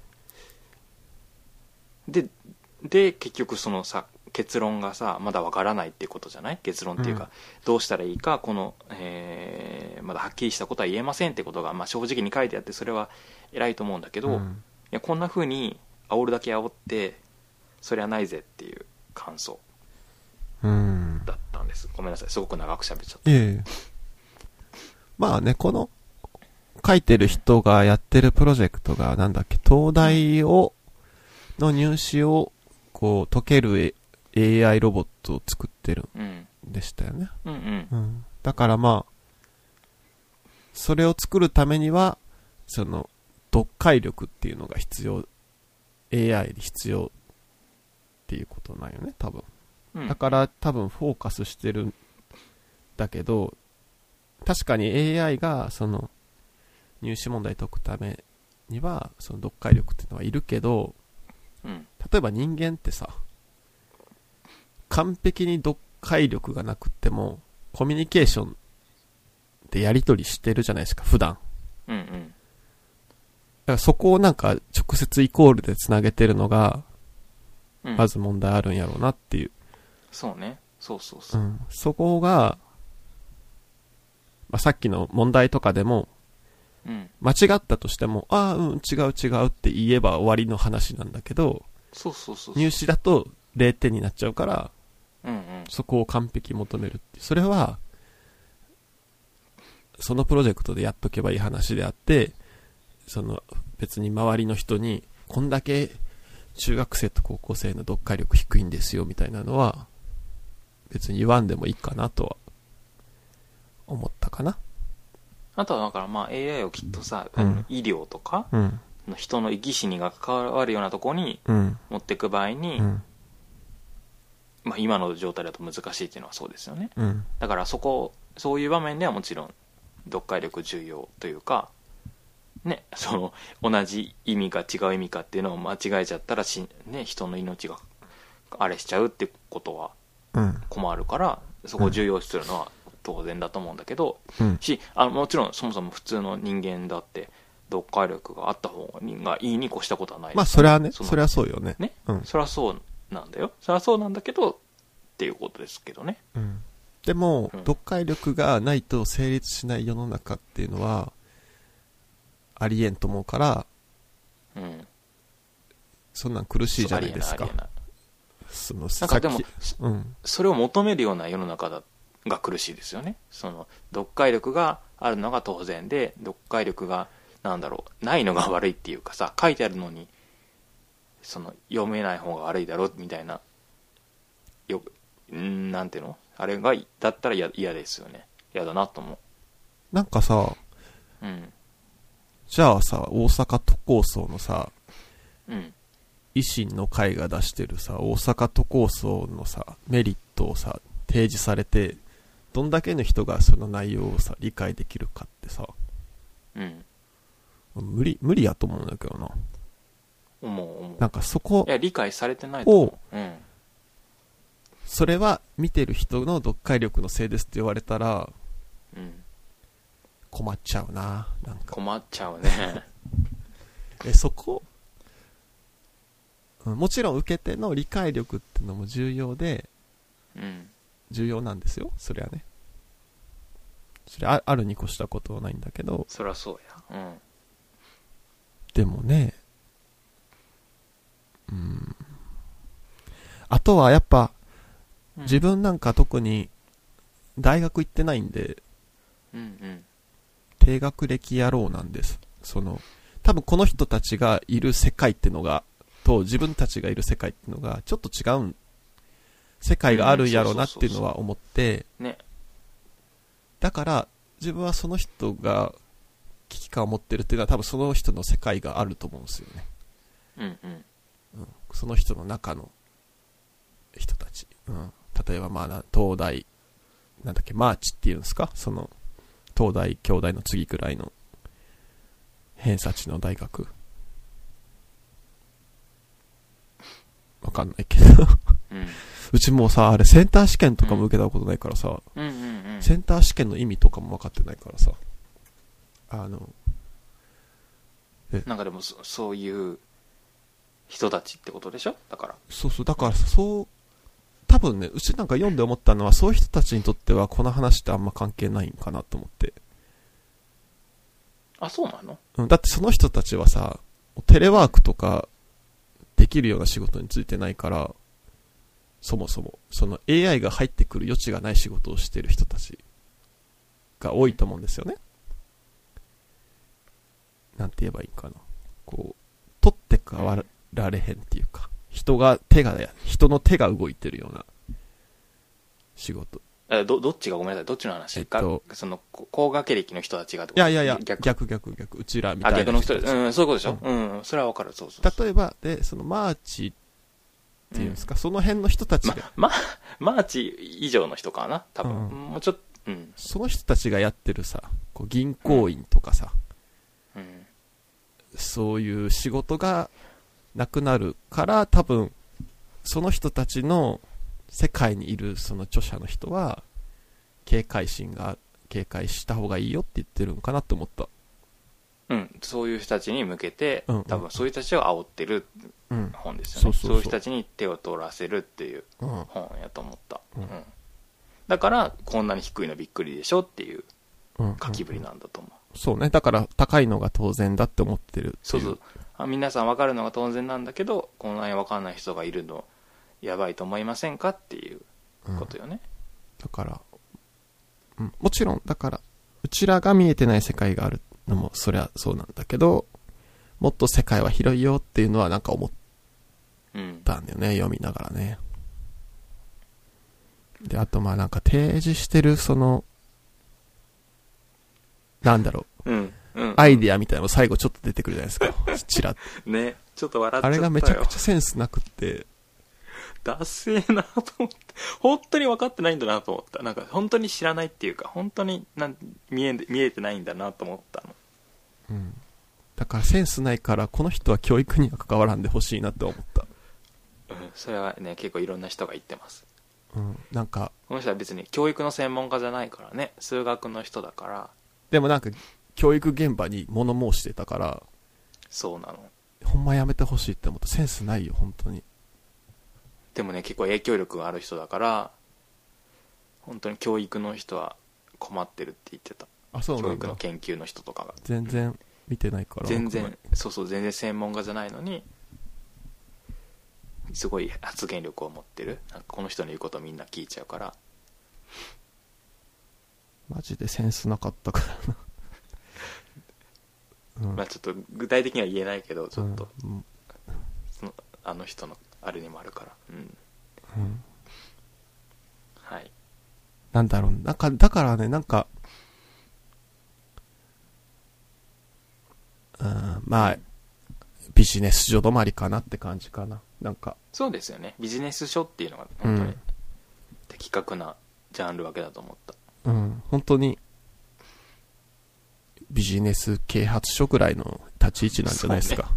でで結局そのさ結論がさまだわからないっていうことじゃない、結論っていうか、うん、どうしたらいいかこの、えー、まだはっきりしたことは言えませんってことが、まあ、正直に書いてあって、それは偉いと思うんだけど、うん、いやこんな風に煽るだけ煽ってそれはないぜっていう感想だったんでです。ごめんなさい。すごく長く喋っちゃった。 ええ。まあね、この、書いてる人がやってるプロジェクトが、なんだっけ、東大を、の入試を、こう、解ける エーアイ ロボットを作ってるんでしたよね。 うんうん。 うん。だからまあ、それを作るためには、その、読解力っていうのが必要、エーアイ に必要っていうことなんよね、多分。 うん、 だから多分フォーカスしてるんだけど、確かに エーアイ がその入試問題解くためにはその読解力っていうのはいるけど、 うん、 例えば人間ってさ、完璧に読解力がなくってもコミュニケーションでやり取りしてるじゃないですか、普段。 うんうん。 だからそこをなんか直接イコールでつなげてるのが、 うん、 まず問題あるんやろうなっていう。 そうね。そうそうそう。 うん、そこが、まあ、さっきの問題とかでも、 うん、 間違ったとしても、ああ、うん、違う違うって言えば終わりの話なんだけど、 そうそうそうそう。 入試だとれいてんになっちゃうから、 うんうん、 そこを完璧求めるっていう。それは、そのプロジェクトでやっとけばいい話であって、その別に周りの人に、こんだけ中学生と高校生の読解力低いんですよみたいなのは、別に言わんでもいいかなとは思ったかな。 あとはだからまあ エーアイ をきっとさ、 うん、 あの医療とか、うん、人の生き死にが関わるようなところに持っていく場合に、うん、まあ、今の状態だと難しいっていうのはそうですよね、 うん、 だからそこそういう場面ではもちろん読解力重要というかね、その同じ意味か違う意味かっていうのを間違えちゃったらし、ね、人の命があれしちゃうってことは困るから、うん、そこを重要視するのは当然だと思うんだけど、うん、しあのもちろんそもそも普通の人間だって読解力があった方がいいに越したことはないです、ね、 まあそれはね、そ, それはそうよね。 ね、 うん、 それはそうなんだよ。それはそうなんだけどっていうことですけどね。 うん、でも、うん、読解力がないと成立しない世の中っていうのはありえんと思うから、うん、そんなん苦しいじゃないですか。ありえない、ありえない。 そのなんかでも、うん、それを求めるような世の中だが苦しいですよね。その読解力があるのが当然で、読解力がなんだろうないのが悪いっていうかさ、書いてあるのにその読めない方が悪いだろみたいな、よんなんていうのあれがだったら嫌ですよね。嫌だなと思う。 なんかさ、うん、じゃあさ大阪都構想のさ、うん、維新の会が出してるさ大阪都構想のさメリットをさ提示されて、どんだけの人がその内容をさ理解できるかってさ、うん、無理無理やと思うんだけどな。 思う思う。 なんかそこいや理解されてないと思う。うん、 それは見てる人の読解力のせいですって言われたら、うん、困っちゃうな。なんか困っちゃうね。 えそこ、うん、もちろん受け手の理解力ってのも重要で、うん、重要なんですよ。それはね。それ あ, あるに越したことはないんだけど。 そりゃそうや。うん。 でもね、うん。あとはやっぱ、うん、自分なんか特に大学行ってないんで、うんうん、低学歴野郎なんです。その多分この人たちがいる世界ってのがと自分たちがいる世界ってのがちょっと違うん世界があるんやろうなっていうのは思って、だから自分はその人が危機感を持ってるっていうのは多分その人の世界があると思うんですよね、うんうんうん、その人の中の人たち、うん、例えばまあ東大なんだっけマーチっていうんですか、その東大京大の次くらいの偏差値の大学わかんないけど、うん、うちもうさあれセンター試験とかも受けたことないからさ、うんうんうんうん、センター試験の意味とかも分かってないからさ、あのなんかでも そ, そういう人たちってことでしょ。だからそうそう、だからそう多分ね、うちなんか読んで思ったのはそういう人たちにとってはこの話ってあんま関係ないんかなと思って。 あ、そうなの？ うん、だってその人たちはさテレワークとかできるような仕事についてないから、 そもそも。その エーアイ が入ってくる余地がない仕事をしてる人たちが多いと思うんですよね。なんて言えばいいかな。こう、取って代わられへんっていうか、人が、手が、人の手が動いてるような仕事。 え、ど、どっちがごめんなさい、どっちの話、えっと、その、高学歴の人たちがってこと。 いやいやいや、逆逆逆逆、うちらみたいな。 あ、逆の人たち。うん、そういうことでしょ。うん、うん、それはわかる、そうそうそう。 例えば、で、そのマーチっていうんですか、うん、その辺の人たちが。 ま、ま、マーチ以上の人かな多分。うん、もうちょっと、うん。 その人たちがやってるさ、こう銀行員とかさ、うん、そういう仕事がなくなるから、多分、その人たちの世界にいるその著者の人は、警戒心が、警戒した方がいいよって言ってるのかなと思った。 うん、そういう人たちに向けて、うんうん、多分そういう人たちを煽ってる本ですよね、 うん、そうそうそう、 そういう人たちに手を取らせるっていう本やと思った、うんうん、だからこんなに低いのびっくりでしょっていう書きぶりなんだと思う、うんうん、そうね、だから高いのが当然だって思ってるっていう。 そうそう、あ、皆さん分かるのが当然なんだけど、こんなに分かんない人がいるのやばいと思いませんかっていうことよね、 うん、だから、うん、もちろんだからうちらが見えてない世界があるのもそりゃそうなんだけど、もっと世界は広いよっていうのはなんか思ったんだよね、うん、読みながらね。で、あとまあなんか提示してるそのなんだろう、うんうんうん、アイディアみたいなの最後ちょっと出てくるじゃないですか、チラッね、ちょっと笑っちゃったよ。 あれがめちゃくちゃセンスなくってダセーなと思って、本当に分かってないんだなと思った。なんか本当に知らないっていうか、本当になん見え見えてないんだなと思ったの。 うん。だからセンスないからこの人は教育には関わらんでほしいなって思った。 うん、それはね結構いろんな人が言ってます。 うん、なんかこの人は別に教育の専門家じゃないからね、数学の人だから。 でもなんか教育現場に物申してたから。 そうなの。 ほんまやめてほしいって思った。センスないよ本当に。 でもね結構影響力がある人だから本当に教育の人は困ってるって言ってた。 あ、そうなんだ。 教育の研究の人とかが全然見てないから全然そうそう全然専門家じゃないのにすごい発言力を持ってる。なんかこの人の言うことをみんな聞いちゃうから。 マジでセンスなかったからな、うん、 まあちょっと具体的には言えないけどちょっと、うん、そのあの人のあれにもあるから、うんうん、はい。 なんだろう、なんかだからね、なんか、うん、まあビジネス書止まりかなって感じかな。なんかそうですよね。ビジネス書っていうのが本当に的確なジャンル分けだと思った。 うん、本当にビジネス啓発書ぐらいの立ち位置なんじゃないですか。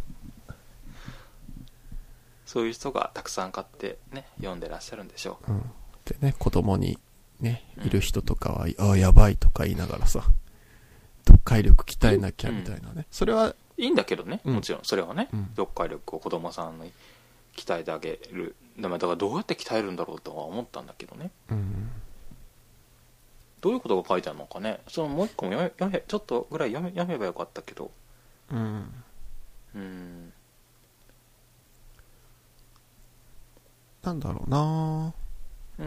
そういう人がたくさん買ってね読んでらっしゃるんでしょう、うん、 でね、子供にねいる人とかは、うん、ああやばいとか言いながらさ、読解力鍛えなきゃみたいなね、うん、それはいいんだけどね、もちろんそれはね、うん、読解力を子供さんに鍛えてあげる。だからどうやって鍛えるんだろうとは思ったんだけどね、うん、どういうことが書いてあるのかね。そのもう一個も読め読めちょっとぐらい読め読めばよかったけど、うんうんなんだろうなぁ。うん。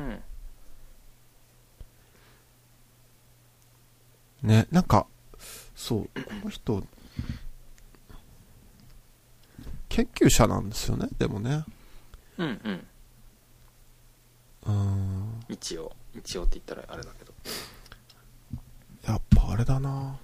ね、なんか、そう、この人、研究者なんですよね、でもね。 うんうん。うーん。一応、一応って言ったらあれだけど。 やっぱあれだな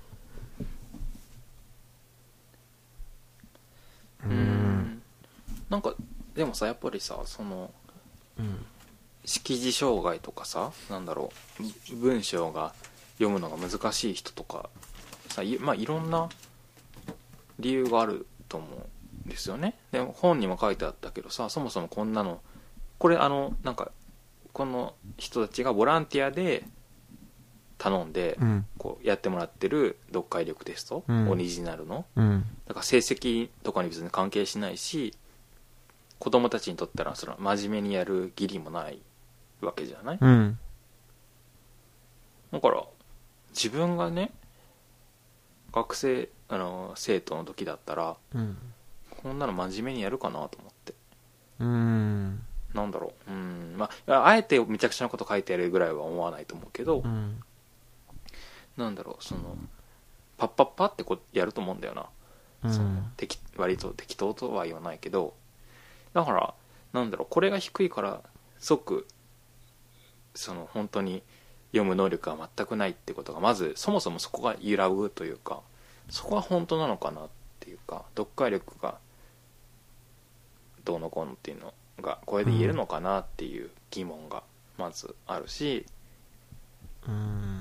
ぁ。うーん。なんか、でもさ、やっぱりさ、その、うん、識字障害とかさ、なんだろう、文章が読むのが難しい人とかさ、い、まあ、いろんな理由があると思うんですよね。でも本にも書いてあったけどさ、そもそもこんなの、これあのなんかこの人たちがボランティアで頼んで、うん、こうやってもらってる読解力テスト、うん、オリジナルの、うん、だから成績とかに別に関係しないし、子供たちにとったらその真面目にやる義理もないわけじゃない、うん、だから自分がね学生あの生徒の時だったら、うん、こんなの真面目にやるかなと思って、 うーんなんだろう、うん、まああえてめちゃくちゃなこと書いてやるぐらいは思わないと思うけど、 うん、 なんだろう、そのパッパッパってこうやると思うんだよな、 うん、 その適割と適当とは言わないけど、だからなんだろう、これが低いから即その本当に読む能力が全くないってことが、まずそもそもそこが揺らぐというか、そこが本当なのかなっていうか、読解力がどうのこうのっていうのがこれで言えるのかなっていう疑問がまずあるし、 うん、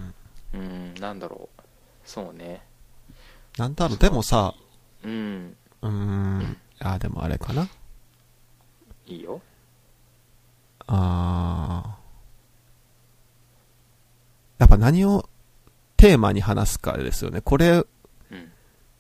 うーん、なんだろう、そうね、 なんだろう、でもさ、 うん、 うーん、あ、でもあれかな、 いいよ、 あー、やっぱ何をテーマに話すかですよね。これうん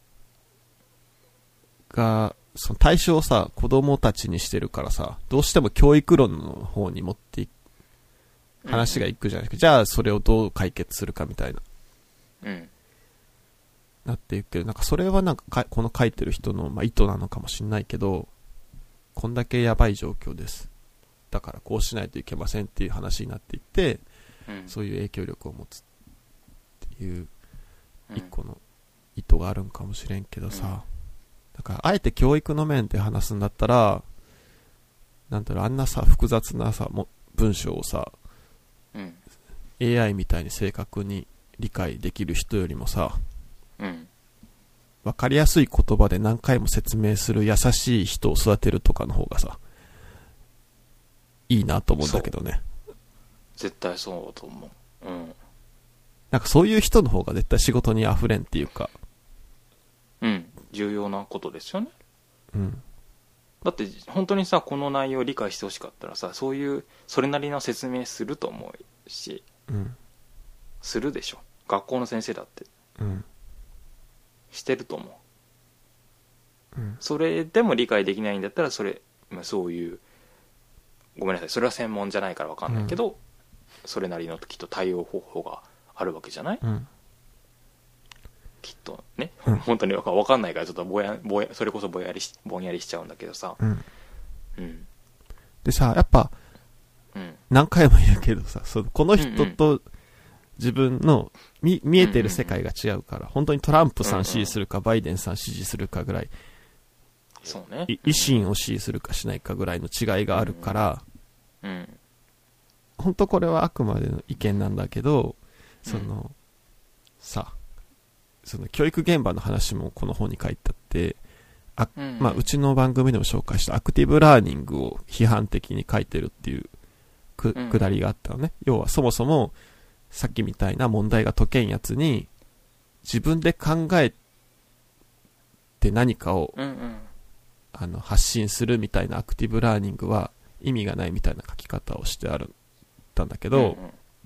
が、その対象をさ、子供たちにしてるからさ、どうしても教育論の方に持っていく、話がいくじゃないですか。じゃあそれをどう解決するかみたいな。 うん、 なっていくけど、なんかそれはなんかかこの書いてる人の、まあ、意図なのかもしれないけど、こんだけやばい状況です。だからこうしないといけませんっていう話になっていって、 うん、 そういう影響力を持つっていううん一個の意図があるんかもしれんけどさ、うん、だからあえて教育の面で話すんだったら、なんだろう、あんなさ複雑なさも文章をさ、 うん、 エーアイ みたいに正確に理解できる人よりもさ、 うん、 わかりやすい言葉で何回も説明する優しい人を育てるとかの方がさ、いいなと思うんだけどね。 絶対そうだと思う。うん。 なんかそういう人の方が絶対仕事に溢れんっていうか。 うん。重要なことですよね。 うん。 だって本当にさ、この内容を理解してほしかったらさ、そういうそれなりの説明すると思うし、 うん。 するでしょ。学校の先生だって。 うん。 してると思う。 うん。 それでも理解できないんだったら、それ、まあ、そういう、ごめんなさい、それは専門じゃないから分かんないけど、うん、それなりのきっと対応方法があるわけじゃない、 うん、 きっとね、 うん、 本当に分かんないからちょっとぼやぼやそれこそぼやりしぼんやりしちゃうんだけどさ、 うんうん、 でさ、やっぱ、うん、何回も言うけどさ、そのこの人と自分の 見, 見えてる世界が違うから、うんうんうん、本当にトランプさん支持するか、うんうん、バイデンさん支持するかぐらい、 そうね、 維新を支持するかしないかぐらいの違いがあるから、 うんうん、 本当これはあくまでの意見なんだけど、その、うん、さ、その教育現場の話もこの本に書いてあって、あ、うんうん、まあ、うちの番組でも紹介したアクティブラーニングを批判的に書いてるっていうく、うん、くだりがあったのね。要はそもそもさっきみたいな問題が解けんやつに自分で考えて何かを、うんうん、あの発信するみたいなアクティブラーニングは意味がないみたいな書き方をしてあるたんだけど、うんうん、や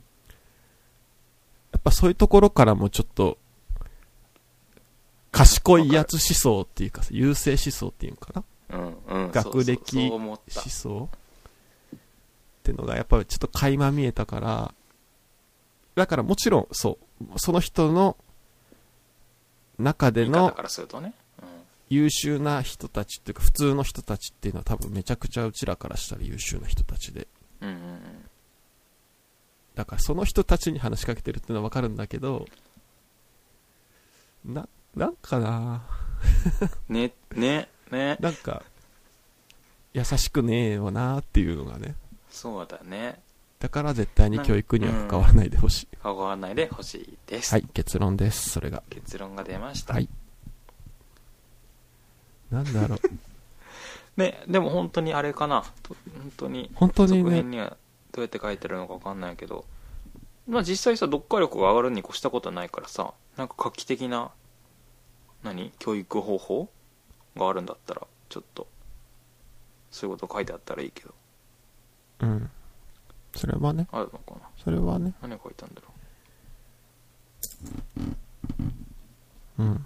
っぱそういうところからもちょっと賢いやつ思想っていうか優勢思想っていうのかな、うんうん、学歴思想ってのがやっぱりちょっと垣間見えたから、だからもちろんそうその人の中での優秀な人たちっていうか普通の人たちっていうのは多分めちゃくちゃうちらからしたら優秀な人たちで、うんうんうん、だからその人たちに話しかけてるっていうのは分かるんだけど、な、なんかなね、ね、ね。 なんか、優しくねえよなっていうのがね。 そうだね。 だから絶対に教育には関わらないでほしい。 関わらないでほしいです。 はい、結論です、それが。 結論が出ました。 はい。なんだろう。 ね、でも本当にあれかな。本当に。 本当にね。 続編にはどうやって書いてるのか分かんないけど、まあ実際さ、読解力が上がるに越したことはないからさ、なんか画期的な何教育方法があるんだったらちょっとそういうこと書いてあったらいいけど、 うん、それはね、 あるのかな。 それはね、 何書いたんだろう。うん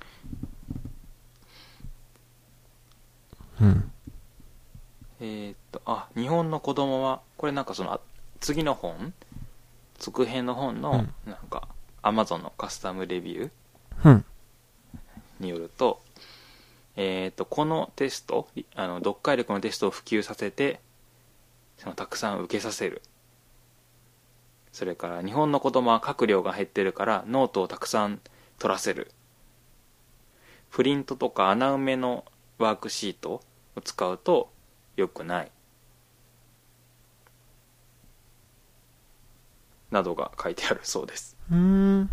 うんえー、っとあ日本の子供はこれなんかその次の本続編の本の、うん、なんか Amazon のカスタムレビュー、うんによると、えー、とこのテストあの読解力のテストを普及させてそのたくさん受けさせる。それから日本の子供は書く量が減ってるからノートをたくさん取らせる。プリントとか穴埋めのワークシートを使うと良くないなどが書いてあるそうです。 うーん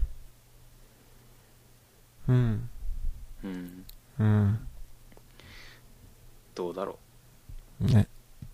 うんうんうんどうだろうね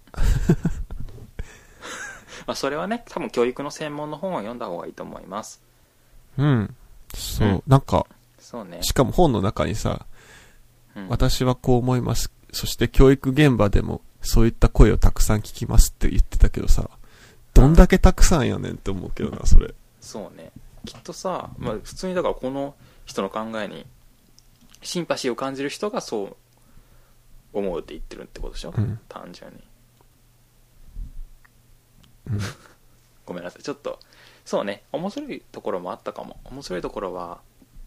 まあそれはね、多分教育の専門の本を読んだ方がいいと思います。 うんそう、 うん、 なんかそうね。 しかも本の中にさ、 うん、 私はこう思います。そして教育現場でもそういった声をたくさん聞きますって言ってたけどさ、どんだけたくさんやねんって思うけどな、それ。 そうね。きっとさ、まあ普通にだからこの人の考えにシンパシーを感じる人がそう思うって言ってるってことでしょ、うん、単純に。うん、ごめんなさい。ちょっと、そうね、面白いところもあったかも。面白いところは、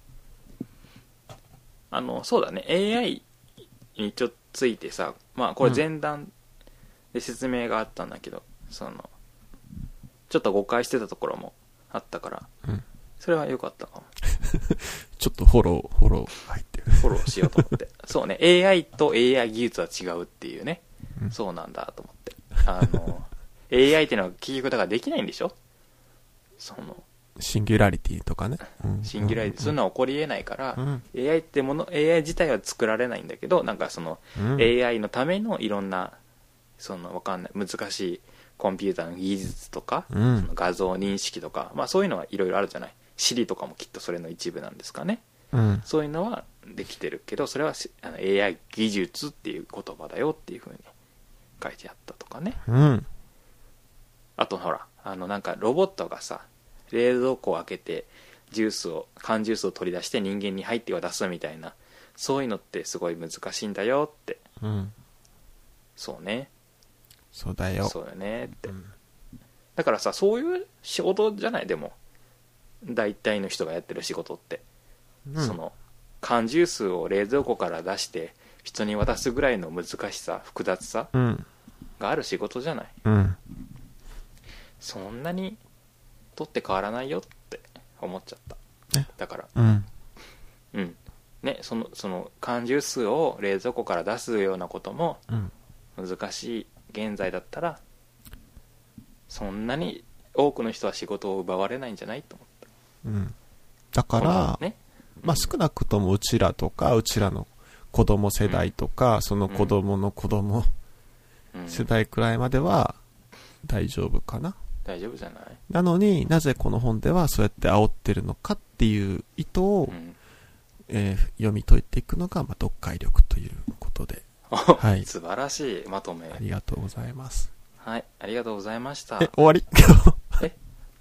あの、そうだね、エーアイ にちょっとついてさ、まあこれ前段で説明があったんだけど、うん、その、ちょっと誤解してたところもあったから、うん、それは良かったかも。 ちょっとフォロー、フォロー入ってる。 フォローしようと思って。そうね、エーアイ と エーアイ 技術は違うっていうね、うん、そうなんだと思って。あの、エーアイ っていうのは結局だからできないんでしょ、その、 シンギュラリティとかね、 うん、シンギュラリティ、そういうのは起こりえないから、うん、エーアイ ってもの エーアイ 自体は作られないんだけど、なんかその、うん、エーアイ のためのいろんなそのわかんない難しいコンピューターの技術とか、うん、その画像認識とか、まあそういうのはいろいろあるじゃない。Siri とかもきっとそれの一部なんですかね、うん、そういうのはできてるけど、それはあの エーアイ 技術っていう言葉だよっていうふうに書いてあったとかね、 うん、 あとほら、あのなんかロボットがさ、冷蔵庫を開けてジュースを缶ジュースを取り出して人間に入って渡すみたいな、そういうのってすごい難しいんだよって、 うん、 そうね、 そうだよ、 そうよねって、うん、だからさ、そういう仕事じゃない、でも大体の人がやってる仕事って、うん、その缶ジュースを冷蔵庫から出して人に渡すぐらいの難しさ、複雑さがある仕事じゃない、 うん、 そんなに取って変わらないよって思っちゃった。だから、 うん、 うん、ね、そのその缶ジュースを冷蔵庫から出すようなことも難しい現在だったら、そんなに多くの人は仕事を奪われないんじゃないと思った。 うん、だから、ね、まあ少なくともうちらとかうちらの子供世代とか、うん、その子供の子供世代くらいまでは大丈夫かな。 大丈夫じゃない。 なのになぜこの本ではそうやって煽ってるのかっていう意図を、うん、えー、読み解いていくのが、まあ、読解力ということで、 はい、素晴らしいまとめ、 ありがとうございます。 はい、ありがとうございました。 え、終わりえ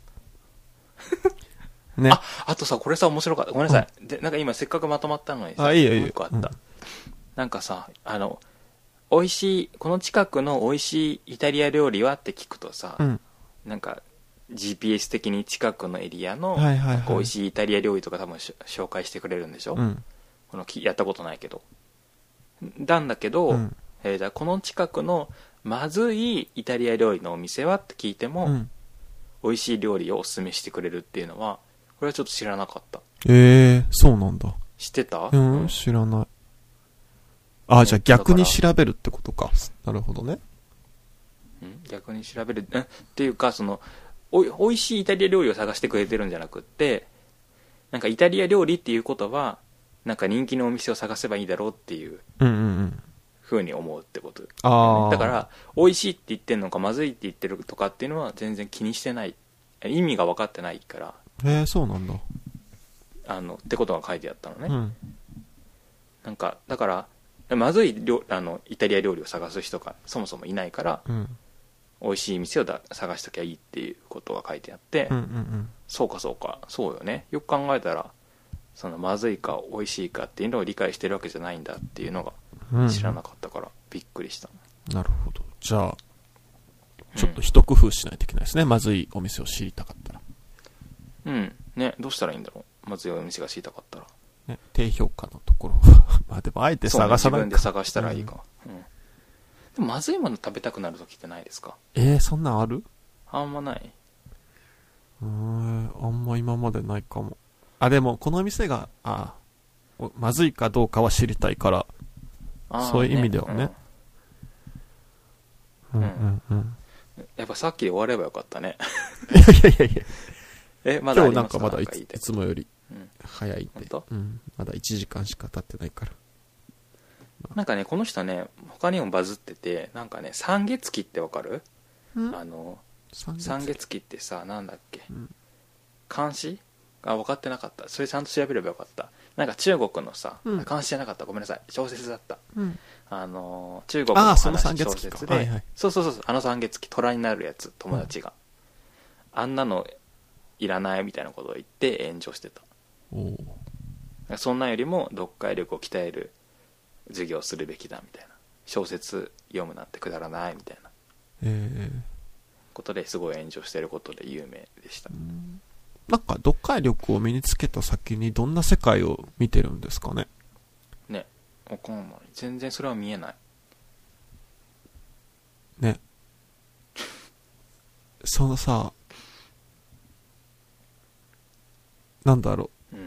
ね、 あ、あとさ、これさ面白かった、ごめんなさい、うん、でなんか今せっかくまとまったのにさ、 あ、いいよいいよ、 もう一個あった、うん、なんかさ、あの美味しい、この近くの美味しいイタリア料理はって聞くとさ、うん、なんか ジーピーエス 的に近くのエリアの美味しいイタリア料理とか多分紹介してくれるんでしょ、うん、このやったことないけどなんだけど、うん、えー、じゃあこの近くのまずいイタリア料理のお店はって聞いても、うん、美味しい料理をおすすめしてくれるっていうのは、これはちょっと知らなかった。 えー、そうなんだ。 知ってた？ うん、知らない。あ、じゃあ逆に調べるってことか。なるほどね。 うん、逆に調べる、えっていうか、そのおい、おいしいイタリア料理を探してくれてるんじゃなくって、なんかイタリア料理っていうことはなんか人気のお店を探せばいいだろうっていう風に思うってこと、 あ、 だから美味しいって言ってんのかまずいって言ってるとかっていうのは全然気にしてない、意味が分かってないから。 へえ、そうなんだ。 あのってことが書いてあったのね、 うん、 なんかだからまずい料あのイタリア料理を探す人がそもそもいないから、うん、美味しい店をだ探しときゃいいっていうことが書いてあって、 うんうんうん、 そうかそうか、そうよね、よく考えたらそのまずいか美味しいかっていうのを理解してるわけじゃないんだっていうのが知らなかったからびっくりした、 うん、なるほど。じゃあちょっと一工夫しないといけないですね、うん、まずいお店を知りたかったら。 うんね、どうしたらいいんだろう、まずいお店が知りたかったら、 ね、低評価のところまあでもあえて探さないか、 そうね、自分で探したらいいか、うんうん、ででもまずいもの食べたくなる時ってないですか？ えー、そんなんある？ あんまない。 うーん、あんま今までないかも。あ、でもこの店が、あ、まずいかどうかは知りたいから、そういう意味ではね。ね、うん、うんうんうん。 やっぱさっきで終わればよかったね。 いやいやいやえ、まだありますか？ 今日なんかまだ い, い, いつもより早いって、 うん、 うん、まだいちじかんしか経ってないから。 なんかね、この人ね、他にもバズってて、なんかね、三月期ってわかる？あの、三月期ってさ、なんだっけ、うん、漢詩あ、分かってなかった。それちゃんと調べればよかった。なんか中国のさ、うん、漢詩じゃなかった。ごめんなさい。小説だった。うん、あの、中国の話小説で、はいはい、そうそうそう、あの三月期、虎になるやつ、友達が。うん、あんなのいらないみたいなことを言って炎上してた。おそんなよりも読解力を鍛える授業をするべきだみたいな。小説読むなんてくだらないみたいな。えー、ことですごい炎上してることで有名でした。うん、 なんか読解力を身につけた先にどんな世界を見てるんですかね。 ね、わかんない。全然それは見えない。 ね。そのさ、なんだろう。うん、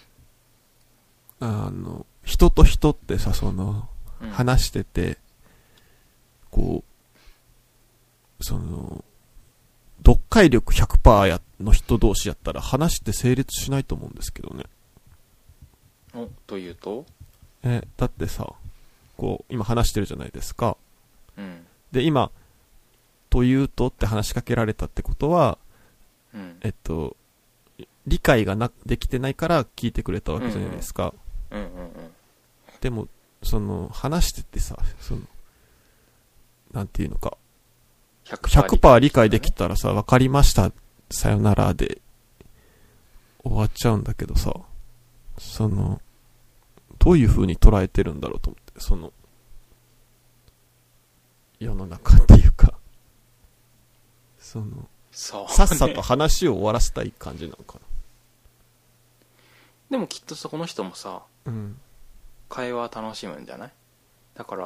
あの、人と人ってさ、その、うん、話してて、こう、その、読解力 ひゃくパーセント やの人同士やったら話って成立しないと思うんですけどね。 お、というと？ え、だってさ、こう、今話してるじゃないですか。 うん。 で、今、というとって話しかけられたってことは、うん、えっと、理解がな、できてないから聞いてくれたわけじゃないですか。 うんうん。うんうんうん。 でも、その、話しててさ、その、なんていうのか、ひゃくパーセント 理解できたらさ、わかりました、さよならで終わっちゃうんだけどさ、その、どういう風に捉えてるんだろうと思って、その、世の中っていうか、その、 そうね、 さっさと話を終わらせたい感じなのかな。 でもきっとさ、この人もさ、 うん、 会話楽しむんじゃない？だから、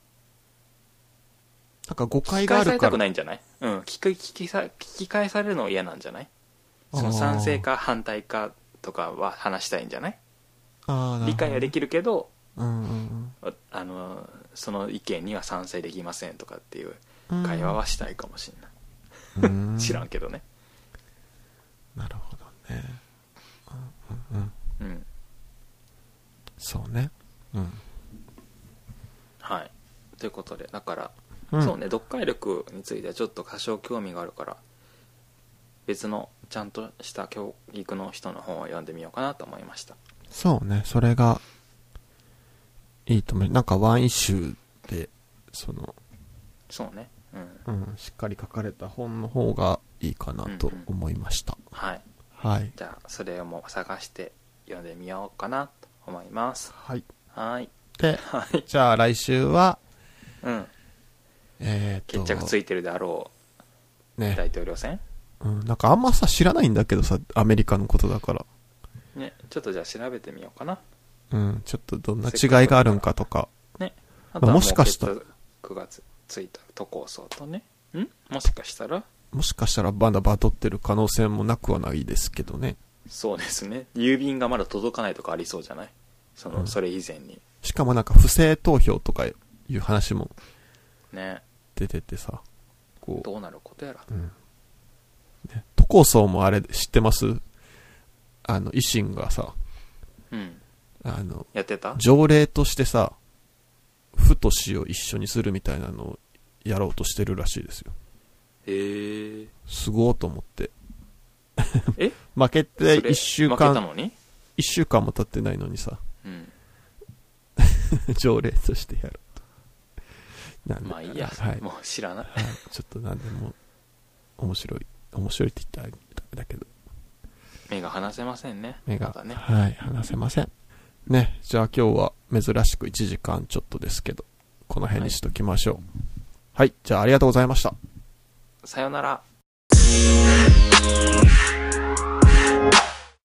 なんか誤解があるから。聞き返されたくないんじゃない？うん。聞き、聞きさ、聞き返されるの嫌なんじゃない？その賛成か反対かとかは話したいんじゃない？あ、理解はできるけど、 うんうんうん、 あの、その意見には賛成できませんとかっていう会話はしたいかもしれない。うん、知らんけどね。 なるほどね。うんうんうん。うん。そうね。うん。 はい。ということで、だから、うん、そうね、読解力についてはちょっと多少興味があるから別のちゃんとした教育の人の本を読んでみようかなと思いました。 そうね、それがいいと思う。なんかワンイシューでそのそうね、 うん、うん、しっかり書かれた本の方がいいかなと思いました。うんうん、はいはい。 じゃあそれをも探して読んでみようかなと思います。 はい。 はい。 で、じゃあ来週はうん。 えー、 決着ついてるであろう、ね、大統領選、 うん、なんかあんまさ知らないんだけどさ、アメリカのことだからね、ちょっとじゃあ調べてみようかな。 うん、ちょっとどんな違いがあるんかとかね、あとはもしかしたらくがつついた都構想とね、んもしかしたらもしかしたらまだバトってる可能性もなくはないですけどね。 そうですね、郵便がまだ届かないとかありそうじゃない、その、うん、それ以前に。 しかもなんか不正投票とかいう話もね出ててさ、 こうどうなることやら、うんね、都構想もあれ知ってます？あの維新がさ、 うん、 あのやってた条例としてさ、府と市を一緒にするみたいなのをやろうとしてるらしいですよ。 へえ、 すごーと思って。 え負けていっしゅうかん、 負けたのにいっしゅうかんも経ってないのにさ、 うん、 条例としてやる。 まあいいや、はい、もう知らない、はい、 ちょっとなんでも面白い面白いって言ったらダメだけど目が離せませんね。 目が、まね、はい離せませんね。じゃあ今日は珍しくいちじかんちょっとですけどこの辺にしときましょう。はい、はい、じゃあありがとうございました。 さよなら。